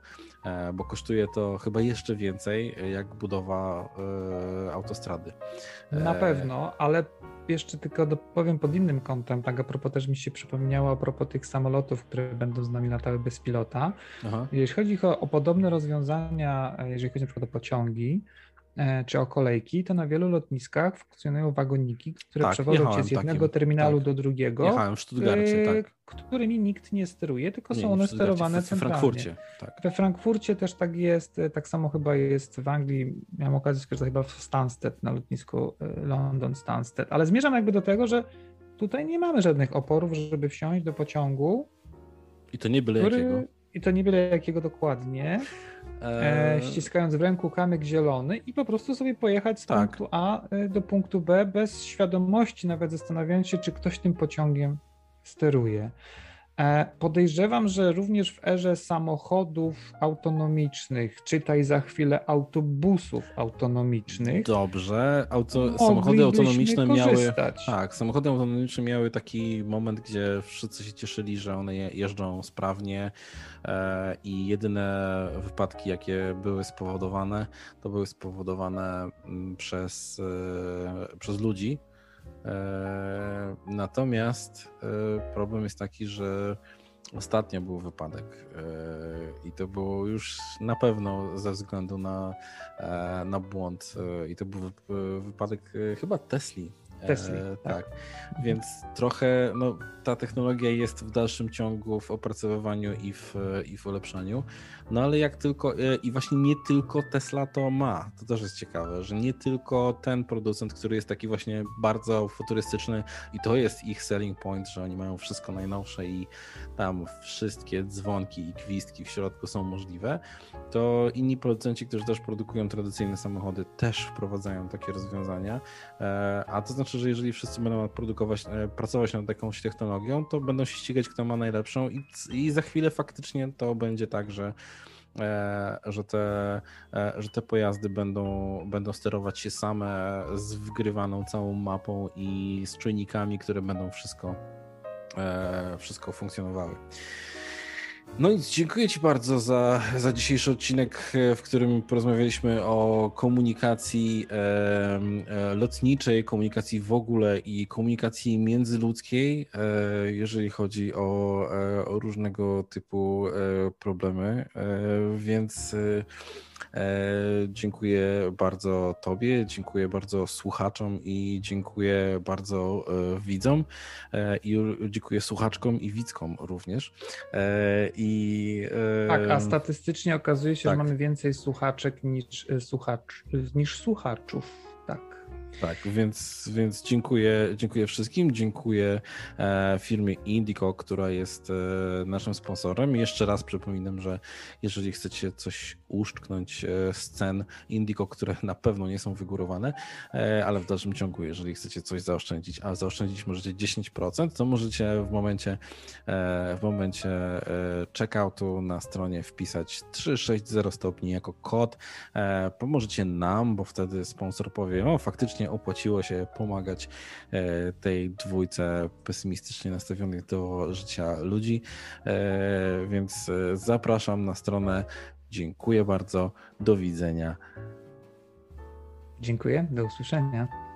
bo kosztuje to chyba jeszcze więcej, jak budowa autostrady. Na pewno, ale jeszcze tylko dopowiem pod innym kątem, tak a propos też mi się przypomniało a propos tych samolotów, które będą z nami latały bez pilota. Aha. Jeśli chodzi o podobne rozwiązania, jeżeli chodzi na przykład o pociągi, czy o kolejki, to na wielu lotniskach funkcjonują wagoniki, które przewożą cię z jednego terminalu do drugiego. Jechałem w Stuttgarcie, którymi nikt nie steruje, tylko są one sterowane centralnie. We Frankfurcie. Tak. We Frankfurcie też tak jest, tak samo chyba jest w Anglii. Miałem okazję skorzystać chyba w Stansted, na lotnisku London Stansted, ale zmierzam jakby do tego, że tutaj nie mamy żadnych oporów, żeby wsiąść do pociągu. I to nie byle jakiego. I to nie byle jakiego dokładnie, ściskając w ręku kamyk zielony i po prostu sobie pojechać z punktu A do punktu B bez świadomości, nawet zastanawiając się, czy ktoś tym pociągiem steruje. Podejrzewam, że również w erze samochodów autonomicznych, czytaj za chwilę autobusów autonomicznych. Dobrze, samochody autonomiczne samochody autonomiczne miały taki moment, gdzie wszyscy się cieszyli, że one jeżdżą sprawnie i jedyne wypadki, jakie były spowodowane, to były spowodowane przez ludzi. Natomiast problem jest taki, że ostatnio był wypadek i to było już na pewno ze względu na błąd i to był wypadek chyba Tesli. Tak. Więc trochę ta technologia jest w dalszym ciągu w opracowywaniu i w ulepszaniu, no ale jak tylko i właśnie nie tylko Tesla to ma, to też jest ciekawe, że nie tylko ten producent, który jest taki właśnie bardzo futurystyczny i to jest ich selling point, że oni mają wszystko najnowsze i tam wszystkie dzwonki i gwizdki w środku są możliwe, to inni producenci, którzy też produkują tradycyjne samochody, też wprowadzają takie rozwiązania, a to znaczy, że jeżeli wszyscy będą pracować nad jakąś technologią, to będą się ścigać, kto ma najlepszą i za chwilę faktycznie to będzie tak, że te pojazdy będą sterować się same z wgrywaną całą mapą i z czujnikami, które będą wszystko funkcjonowały. No i dziękuję Ci bardzo za dzisiejszy odcinek, w którym porozmawialiśmy o komunikacji lotniczej, komunikacji w ogóle i komunikacji międzyludzkiej, jeżeli chodzi o różnego typu problemy, więc Dziękuję bardzo Tobie, dziękuję bardzo słuchaczom i dziękuję bardzo widzom i dziękuję słuchaczkom i widzkom również. Tak, a statystycznie okazuje się, tak. że mamy więcej słuchaczek niż słuchaczów. Tak, więc dziękuję wszystkim, dziękuję firmie Indico, która jest naszym sponsorem. Jeszcze raz przypominam, że jeżeli chcecie coś uszczknąć z cen Indico, które na pewno nie są wygórowane, ale w dalszym ciągu, jeżeli chcecie coś zaoszczędzić, a zaoszczędzić możecie 10%, to możecie w momencie checkoutu na stronie wpisać 360 stopni jako kod. Pomożecie nam, bo wtedy sponsor powie, faktycznie opłaciło się pomagać tej dwójce pesymistycznie nastawionych do życia ludzi, więc zapraszam na stronę. Dziękuję bardzo, do widzenia. Dziękuję, do usłyszenia.